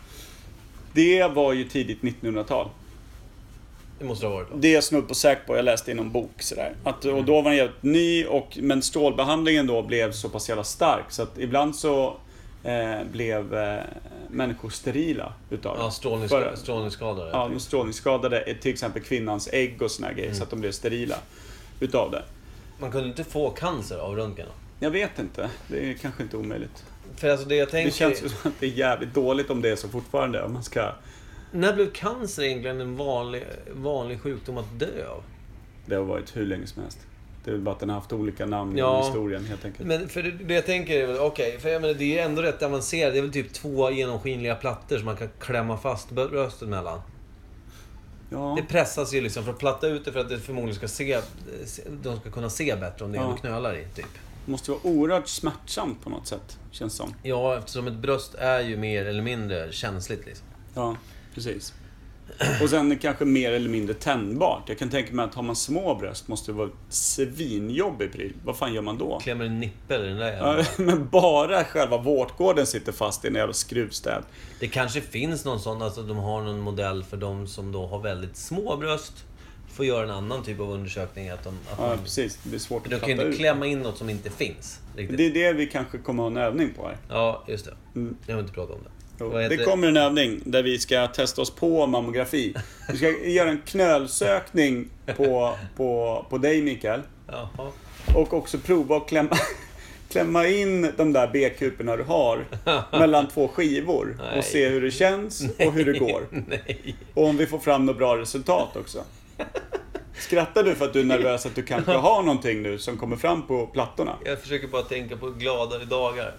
Det var ju tidigt 1900-tal. Det måste det ha varit då. Det är jag snudd på säker på, jag läste i någon bok sådär. Och då var den jävligt ny, men strålbehandlingen då blev så pass jävla stark så att ibland så blev människor sterila utav det. Ja, strålningsskadade. Ja, de strålningsskadade till exempel kvinnans ägg och såna här grejer så att de blev sterila utav det. Man kunde inte få cancer av röntgen då? Jag vet inte, det är kanske inte omöjligt. För alltså det känns ju som att det är jävligt dåligt om det är så fortfarande, om man ska... När blev cancer egentligen en vanlig sjukdom att dö av? Det har varit hur länge som helst. Det är väl bara att den har haft olika namn i historien helt enkelt. Men för det jag tänker är väl, okej, för jag menar, det är ändå rätt avancerat. Det är väl typ 2 genomskinliga plattor som man kan klämma fast bröstet mellan. Ja. Det pressas ju liksom för att platta ut det för att det förmodligen de ska kunna se bättre om det är några knölar i, typ. Det måste vara oerhört smärtsamt på något sätt, känns som. Ja, eftersom ett bröst är ju mer eller mindre känsligt liksom. Ja, precis. Och sen kanske mer eller mindre tändbart. Jag kan tänka mig att har man små bröst måste det vara svinjobbig pryl. Vad fan gör man då? Klämmer en nippel i den där jävla... Men bara själva vårtgården sitter fast i en jävla skruvstäd. Det kanske finns någon sån, alltså de har någon modell för de som då har väldigt små bröst. Får göra en annan typ av undersökning. Precis. Det blir svårt att de kan ju inte klämma in något som inte finns. Riktigt. Det är det vi kanske kommer ha en övning på här. Ja, just det. Jag har inte pratat om det. Det kommer en övning där vi ska testa oss på mammografi. Vi ska göra en knölsökning på dig, Mikael. Jaha. Och också prova att klämma in de där B-kuporna du har mellan 2 skivor. Nej. Och se hur det känns och hur det går. Nej. Och om vi får fram något bra resultat också. Skrattar du för att du är nervös att du kanske har någonting nu som kommer fram på plattorna? Jag försöker bara tänka på gladare dagar.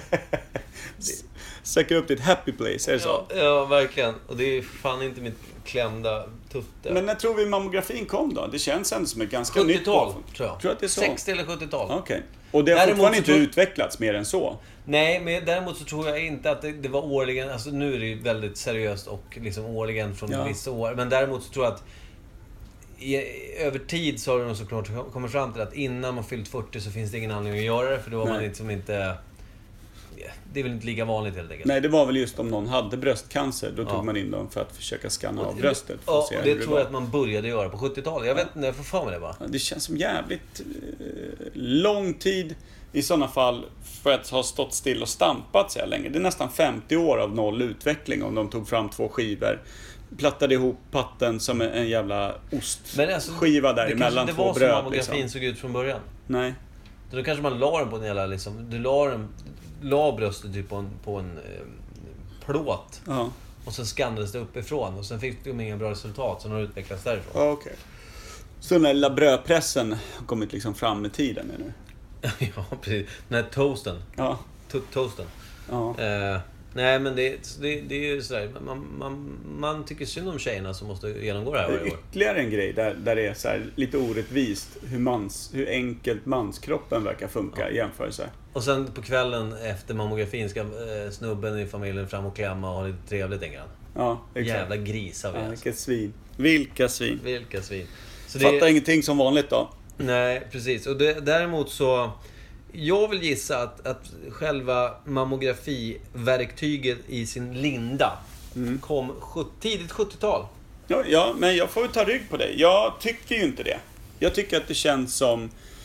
Söker upp ditt happy place, är det så? Ja, verkligen. Och det är fan inte mitt klämda tutte. Men när tror vi mammografin kom då? Det känns ändå som ett ganska nytt 70-tal, tror jag. Tror att det är så? 60 eller 70-tal. Okej. Och det har fortfarande inte utvecklats mer än så? Nej, men däremot så tror jag inte att det var årligen. Alltså nu är det ju väldigt seriöst och liksom årligen från vissa år. Men däremot så tror jag att över tid så har de såklart kommit fram till att innan man fyllt 40 så finns det ingen anledning att göra det. För då var man inte... Det är väl inte lika vanligt helt enkelt. Nej, det var väl just om någon hade bröstcancer. Då tog man in dem för att försöka skanna av bröstet. För att se och det tror jag att man började göra på 70-talet. Jag vet inte, jag får för mig det bara. Det känns som jävligt lång tid i sådana fall för att ha stått still och stampat så här länge. Det är nästan 50 år av noll utveckling om de tog fram 2 skivor. Plattade ihop patten som en jävla ostskiva däremellan 2 bröd. Det var som mammografin såg ut från början. Nej. Då kanske man la den på en jävla liksom, du la bröstet typ på en plåt. Ja. Och sen skannades det uppifrån. Och sen fick de inga bra resultat. Så de har utvecklats därifrån. Okej. Så den här lilla brödpressen har kommit liksom fram med tiden nu? Ja, precis. Den här toasten. Ja. Toasten. Ja. Nej, men det är ju sådär. Man tycker synd om tjejerna som måste genomgå det här Det är varje år. ytterligare en grej där det är så här lite orättvist hur enkelt manskroppen verkar funka i jämförelse. Och sen på kvällen efter mammografin ska snubben i familjen fram och klämma och ha lite trevligt en grann. Ja, exakt. Jävla grisar vi Ja, alltså. vilket svin. Vilka svin. Vilka svin. Så Fattar ingenting som vanligt då. Nej, precis. Och däremot så... Jag vill gissa att själva mammografiverktyget i sin linda kom tidigt 70-tal. Ja, men jag får ju ta rygg på det. Jag tycker ju inte det. Jag tycker att det känns som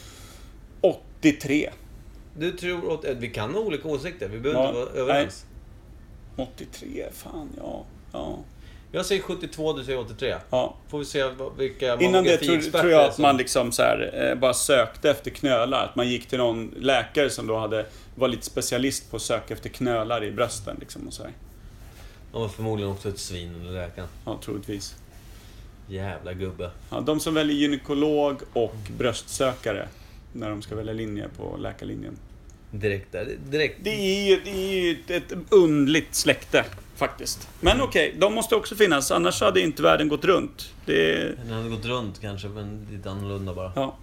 83. Du tror att vi kan ha olika åsikter. Vi behöver inte vara överens. 83, fan ja. Jag säger 72, du säger 83. Ja. Får vi se vilka Innan det mammografiexperter tror jag att som... man liksom så här, bara sökte efter knölar. Att man gick till någon läkare som då var lite specialist på att söka efter knölar i brösten. Liksom, och så här. De var förmodligen också ett svin under läkaren. Ja, troligtvis. Jävla gubbe. Ja, de som väljer gynekolog och bröstsökare när de ska välja linje på läkarlinjen. Direkt. Det är ju ett undligt släkte faktiskt. Men okej, de måste också finnas, annars hade inte världen gått runt. Den hade gått runt kanske, men lite annorlunda bara. Ja.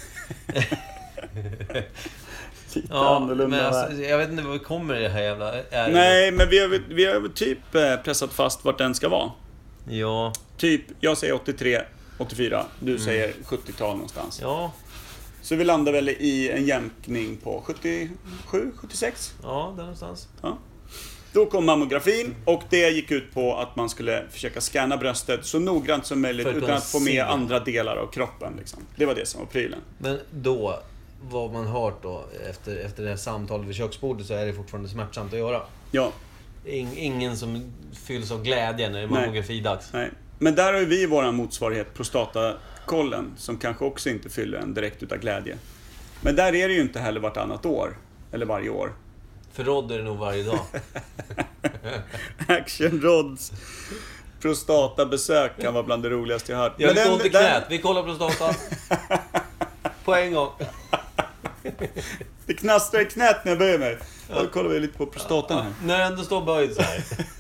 Lite Ja, annorlunda men här. alltså, jag vet inte vad vi kommer i det här jävla... Nej, men vi har typ pressat fast vart den ska vara. Ja. Typ, jag säger 83, 84. Du säger 70-tal någonstans. Ja. Så vi landar väl i en jämkning på 77, 76. Ja, där någonstans. Ja. Då kom mammografin och det gick ut på att man skulle försöka scanna bröstet så noggrant som möjligt För att utan kunna att få se. med andra delar av kroppen. Liksom. Det var det som var prylen. Men då, vad man hört då, efter det här samtalet vid köksbordet, så är det fortfarande smärtsamt att göra. Ja, Ingen som fylls av glädje när det är Nej. mammografidags. nej. Men där har ju vi vår motsvarighet, prostatakollen, som kanske också inte fyller en direkt utav glädje. Men där är det ju inte heller vartannat år, eller varje år. För Rod är det nog varje dag. Action Rods prostatabesök kan vara bland det roligaste jag hört. Jag har Men lite ont i knät. Vi kollar prostatan. På en gång. det knastrar i knät när jag böjer mig. Då kollar vi lite på prostatan här. När den ändå står böjd så här.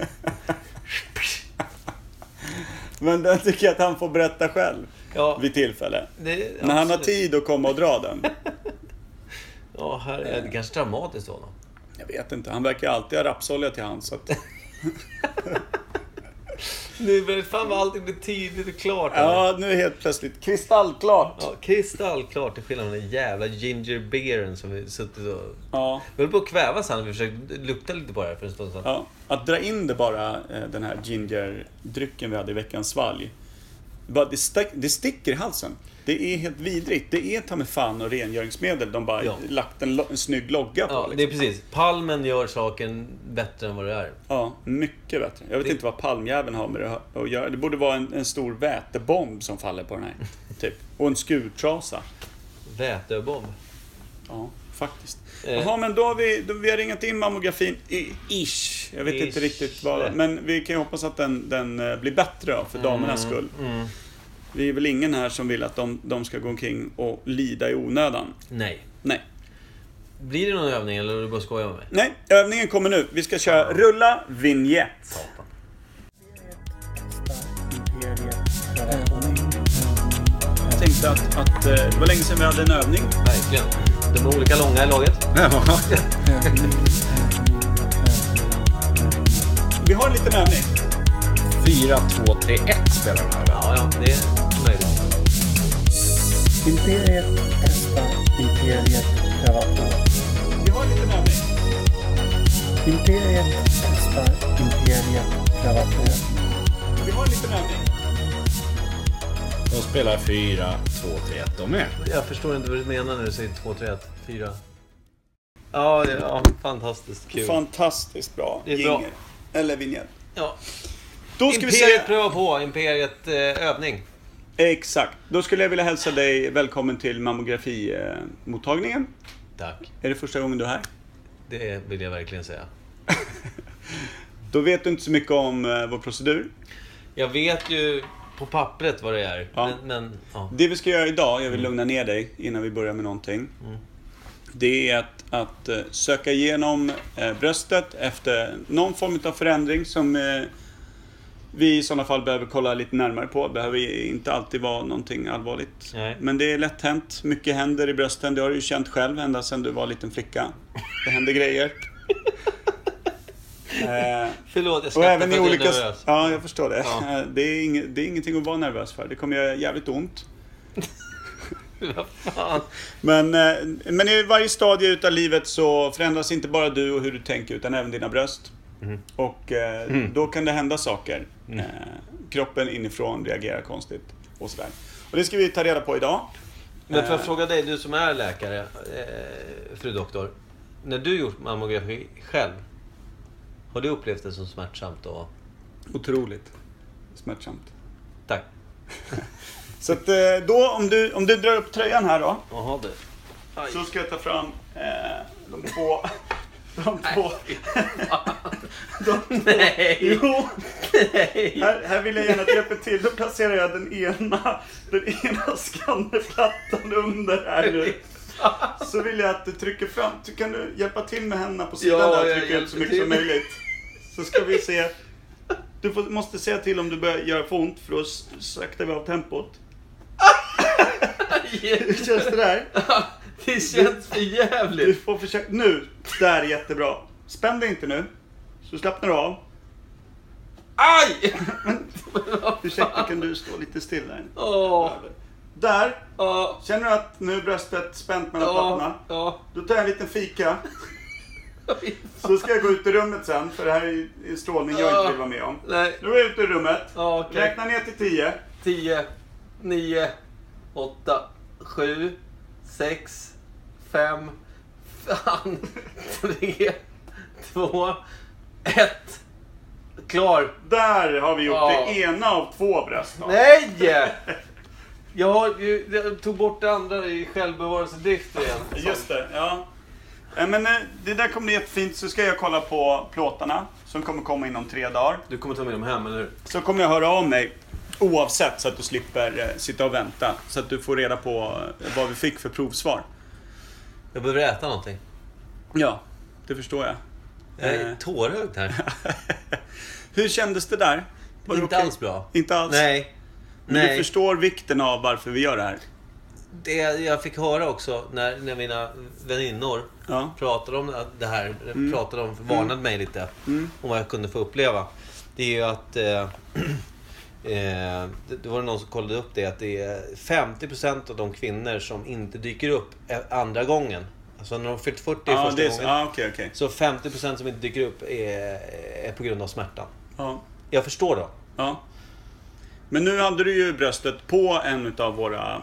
Men den tycker jag att han får berätta själv Ja, vid tillfälle. det, När han har absolut. tid att komma och dra den. Ja, här är det kanske traumatiskt då. Jag vet inte, han verkar alltid ha rapsolja till hand så att... Nu fan vad allting blir tydligt och klart. Ja, nu är helt plötsligt kristallklart. Ja, kristallklart, till skillnad från den jävla ginger beeren som vi suttit och... Ja, Vi höll på att kvävas här när vi försökte lukta lite på det här för en stund sedan. ja. Att dra in det bara, den här gingerdrycken vi hade i veckans svalg. Det sticker i halsen. Det är helt vidrigt. Det är ta med fan och rengöringsmedel. De bara lagt en snygg logga på. Ja, liksom. det är precis. Palmen gör saken bättre än vad det är. Ja, mycket bättre. Jag vet inte vad palmjäveln har med det att göra. Det borde vara en stor vätebomb som faller på den här. Typ. Och en skurtrasa. Vätebomb. Ja, faktiskt. Jaha, men då har vi har ringat in mammografin. Ish. Jag vet inte riktigt vad. Men vi kan ju hoppas att den blir bättre då, för damernas skull. Det är väl ingen här som vill att de ska gå omkring och lida i onödan. Nej. Nej. Blir det någon övning eller är du bara skojar med mig? Nej, övningen kommer nu. Vi ska köra rulla vignett. Satan. Jag tänkte att det var länge sedan vi hade en övning. Verkligen. De är olika långa i laget. Vi har en liten övning. 4, 2, 3, 1 spelar den här. Ja, det är möjligt. Imperiet testar, Imperiet prövar på. Vi har en liten övning. Imperiet testar, Imperiet prövar på. Vi har en liten övning. De spelar 4, 2, 3, 1 de med. Jag förstår inte vad du menar när du säger 2, 3, 1, 4. Ja, fantastiskt kul. Fantastiskt bra. Det är bra. Jinger. Eller vignett. Ja. Då ska vi Imperiet se. prövar på. Imperiet övning. Exakt. Då skulle jag vilja hälsa dig välkommen till mammografimottagningen. Tack. Är det första gången du är här? Det vill jag verkligen säga. Då vet du inte så mycket om vår procedur. Jag vet ju på pappret vad det är. Ja. Men ja. Det vi ska göra idag, jag vill lugna ner dig innan vi börjar med någonting. Det är att söka igenom bröstet efter någon form av förändring som vi i sådana fall behöver kolla lite närmare på. Det behöver inte alltid vara någonting allvarligt. Nej. Men det är lätt hänt. Mycket händer i brösten. Det har du ju känt själv ända sedan du var en liten flicka. Det händer grejer. Förlåt, jag Och skrattar även för i att olika... jag är nervös. Ja, jag förstår det. Ja. Det är ingenting att vara nervös för. Det kommer göra jävligt ont. Vad fan? Men i varje stadie utav livet så förändras inte bara du och hur du tänker utan även dina bröst. Och då kan det hända saker. Kroppen inifrån reagerar konstigt och sådär. Och det ska vi ta reda på idag. Men för att fråga dig, du som är läkare, fru doktor. När du gjort mammografi själv, har du upplevt det som smärtsamt och... Otroligt smärtsamt. Tack. Så att då, om du drar upp tröjan här då. Jaha du. Så ska jag ta fram de två... Nej! Jo! Nej! Här vill jag gärna hjälpa till. Då placerar jag den ena skannerplattan under här nu. Så vill jag att du trycker fram. Kan du hjälpa till med händerna på sidan Ja, där? jag Trycka ut så hjälper mycket som till. möjligt. Så ska vi se. Du måste säga till om du börjar göra för ont. För då saktar vi av tempot. Hur känns det där? Det känns för Du jävligt. får försöka. Nu! Där, jättebra. Spänn dig inte nu. Så slappnar du av. Aj! Ursäkta, kan du stå lite still där? Åh. Där! Ja. Känner du att nu är bröstet spänt mellan plattorna? Ja. Då tar jag en liten fika. Så ska jag gå ut i rummet sen, för det här är strålning jag inte vill vara med om. Nej. Då är jag ute i rummet. Ja, okej. Räkna ner till 10. 10, 9, 8, 7, 6, 5, 3, 2, 1. Klar. Där har vi gjort Ja. det ena av 2 bröst. då. Nej! Jag tog bort det andra i självbevarelsedrift igen. Just det, ja. Men det där kommer bli jättefint. Så ska jag kolla på plåtarna som kommer komma inom 3 dagar. Du kommer ta med dem hem, eller hur? Så kommer jag höra av mig oavsett, så att du slipper sitta och vänta. Så att du får reda på vad vi fick för provsvar. Jag behöver äta någonting. Ja, det förstår jag. Jag är tårögd här. Hur kändes det där? Var det Inte okej? alls bra. Inte alls? Nej. Men du förstår vikten av varför vi gör det här? Det jag fick höra också när mina väninnor pratade om det här, varnade mig lite om vad jag kunde få uppleva. Det är ju att det var någon som kollade upp det, att det är 50% av de kvinnor som inte dyker upp andra gången. Alltså när de fyllt 40 första gången. Okay. Så 50% som inte dyker upp är på grund av smärtan. Ja. Jag förstår då. Ja. Men nu hade du ju bröstet på en av våra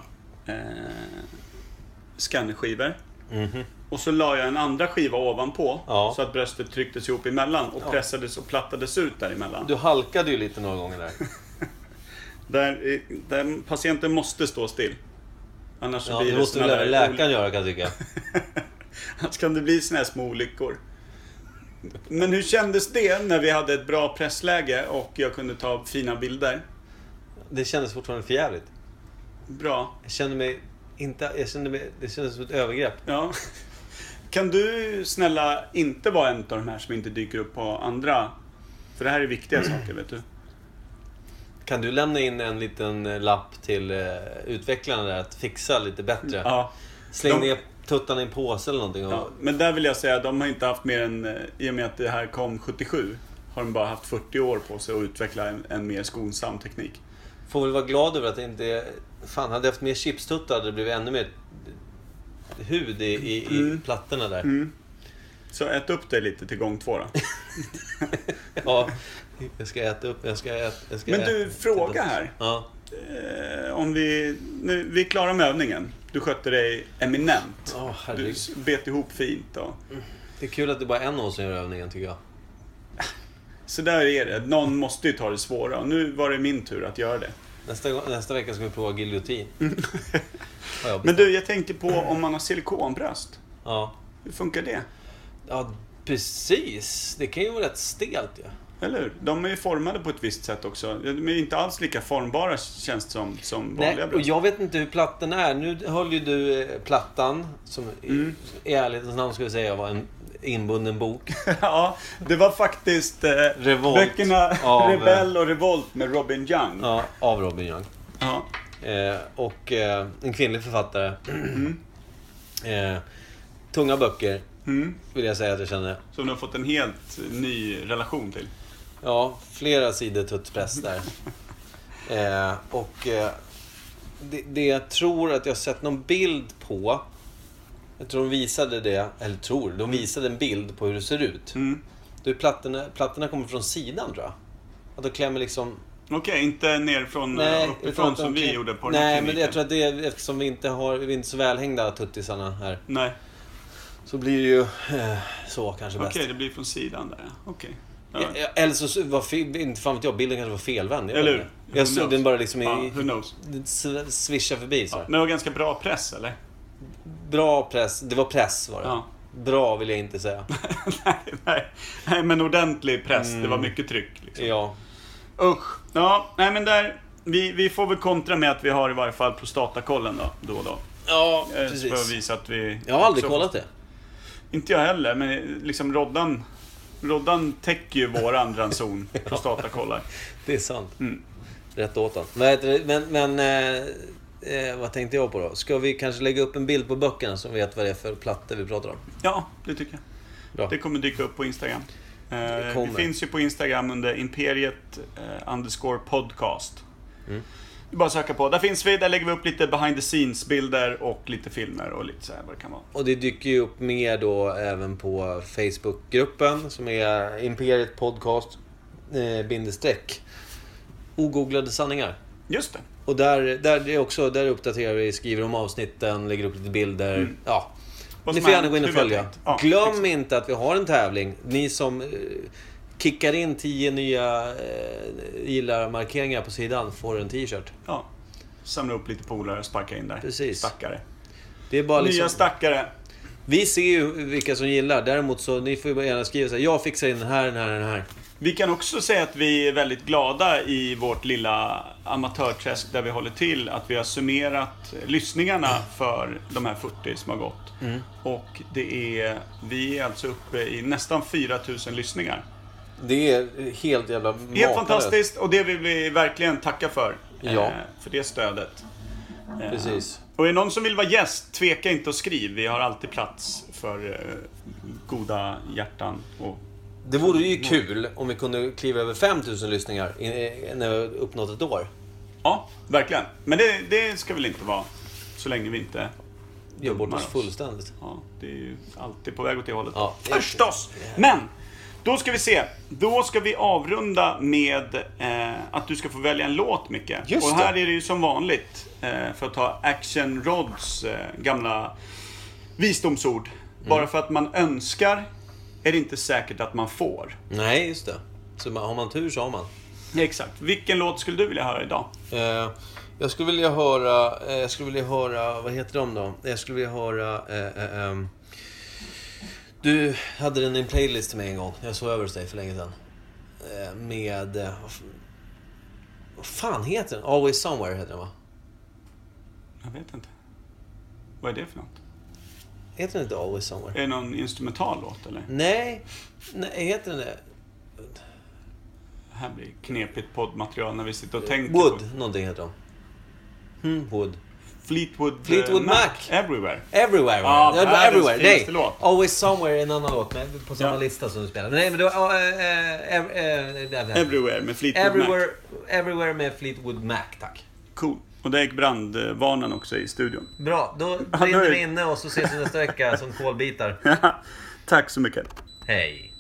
skannerskivor. Och så la jag en andra skiva ovanpå. Ja. Så att bröstet trycktes ihop emellan och pressades och plattades ut däremellan. Du halkade ju lite några gånger där. Där patienten måste stå still. Annars så Ja, blir det det måste väl såna även där läkaren göra, kan jag tycka. Annars kan det bli såna här små olyckor. Men hur kändes det när vi hade ett bra pressläge och jag kunde ta fina bilder? Det kändes fortfarande för jävligt. Bra. Det kändes som ett övergrepp. Ja. Kan du snälla inte vara en av de här som inte dyker upp på andra? För det här är viktiga saker, vet du. Kan du lämna in en liten lapp till utvecklarna där att fixa lite bättre? Ja. Släng ner tuttarna i en påse eller någonting. Ja. Men där vill jag säga att de har inte haft mer än, i och med att det här kom 77, har de bara haft 40 år på sig att utveckla en mer skonsam teknik. Får väl vara glad över att det inte... Fan, hade jag haft mer chipstuttar hade det blivit ännu mer hud i plattorna där. Så ät upp det lite till gång 2 då. Ja, jag ska äta upp. Men du, fråga här. Ja. Om vi är klara med övningen. Du skötte dig eminent. Du bet ihop fint. Det är kul att det bara är en av oss som gör övningen, tycker jag. Så där är det. Någon måste ju ta det svåra. Och nu var det min tur att göra det. Nästa vecka ska vi prova giljotin. Men du, jag tänkte på om man har silikonbröst. Ja. Hur funkar det? Ja, precis. Det kan ju vara rätt stelt, ja. Eller hur? De är ju formade på ett visst sätt också. De är inte alls lika formbara, känns det som vanliga Nej, och bröst. jag vet inte hur plattan är. Nu höll ju du plattan, som i ärlighetens namn skulle jag säga var en inbunden bok. Ja, det var faktiskt Revolt böckerna av- Rebell och Revolt med Robin Young. Ja, av Robin Young. Ja. Och en kvinnlig författare. Tunga böcker, vill jag säga att jag känner. Som du har fått en helt ny relation till. Ja, flera sidor tuttpress där. Det jag tror att jag sett någon bild på. Jag tror de visade det, eller de visade en bild på hur det ser ut. Då är plattorna kommer från sidan, tror jag. Att de klämmer liksom... Okej, inte ner från uppifrån som vi gjorde på den här Nej, men kliniken. jag tror att det är eftersom vi inte är så välhängda tuttisarna här. Nej. Så blir det ju så kanske bäst. Okej, det blir från sidan där. Okej. Ja. Eller så var inte fan vet jag, bilden kanske var felvänd. Eller hur? Jag såg den bara liksom Who knows? swisha förbi så. Ja, men det var ganska bra press, eller? Bra press, det var press var det. Ja. Bra vill jag inte säga. nej, men ordentlig press. Det var mycket tryck. Liksom. Ja. Usch. Ja, nej men där... Vi får väl kontra med att vi har i varje fall prostatakollen då och då. Ja, För att precis. visa att vi... Jag har aldrig så- kollat det. Inte jag heller, men liksom Roddan täcker ju våran ranson prostatakollar. Det är sant. Mm. Rätt åt han. Men vad tänkte jag på då? Ska vi kanske lägga upp en bild på böckerna som vet vad det är för plattor vi pratar om? Ja, det tycker jag. Bra. Det kommer dyka upp på Instagram. Det kommer. Det finns ju på Instagram under Imperiet _podcast. Det är bara att söka på. Där finns vi, där lägger vi upp lite behind the scenes bilder och lite filmer och lite så här vad det kan vara. Och det dyker ju upp mer då även på Facebookgruppen som är Imperiet Podcast bindestreck ogooglade sanningar. Just det. Och där uppdaterar vi, skriver om avsnitten, lägger upp lite bilder. Ja. Vad Ni som får gärna hänt, gå in och hur vi har följa. tänkt. Ja, Glöm exakt. inte att vi har en tävling. Ni som kickar in 10 nya gillar-markeringar på sidan får en t-shirt. Ja. Samla upp lite polare och sparka in där. Precis. Stackare. Det är bara Nya liksom, stackare. vi ser ju vilka som gillar. Däremot så ni får ju gärna skriva så här: jag fixar in den här. Vi kan också säga att vi är väldigt glada i vårt lilla amatörträsk där vi håller till att vi har summerat lyssningarna för de här 40 som har gått. Och vi är alltså uppe i nästan 4000 lyssningar. Det är helt jävla Helt makalöst. fantastiskt och det vill vi verkligen tacka för. Ja. För det stödet. Precis. Och är det någon som vill vara gäst, tveka inte och skriv. Vi har alltid plats för goda hjärtan och... Det vore ju kul om vi kunde kliva över 5000 lyssningar när vi har uppnått ett år. Ja, verkligen. Men det ska väl inte vara så länge vi inte Gör bort dummar oss fullständigt. Ja, det är ju alltid på väg åt det hållet. Ja, Förstås! Men, då ska vi se. Då ska vi avrunda med att du ska få välja en låt, Micke. Just och här det. är det ju som vanligt, för att ta Action Rods gamla visdomsord. Bara för att man önskar är det inte säkert att man får. Nej, just det. Så har man tur så har man. Exakt. Vilken låt skulle du vilja höra idag? Jag skulle vilja höra, vad heter de då? Jag skulle vilja höra, du hade den i en playlist till mig en gång. Jag såg över hos dig för länge sedan. Med, vad fan heter den? Always Somewhere heter den, va? Jag vet inte. Vad är det för något? Heter den inte Always Somewhere? Är det någon instrumental låt eller? Nej, heter den det? Det här blir knepigt poddmaterial när vi sitter och tänker Wood, på någonting heter de. Wood. Fleetwood Mac. Everywhere. Everywhere. Ja, Det var världens Everywhere. finaste Nej, låt. Always Somewhere är en annan låt på samma Ja. lista som du spelar. Nej, men det var Everywhere med Fleetwood Mac. Everywhere med Fleetwood Mac, tack. Cool. Och där gick brandvarnaren också i studion. Bra, då Ja, brinner nu är- vi inne och så ses vi nästa vecka som kolbitar. Tack så mycket. Hej.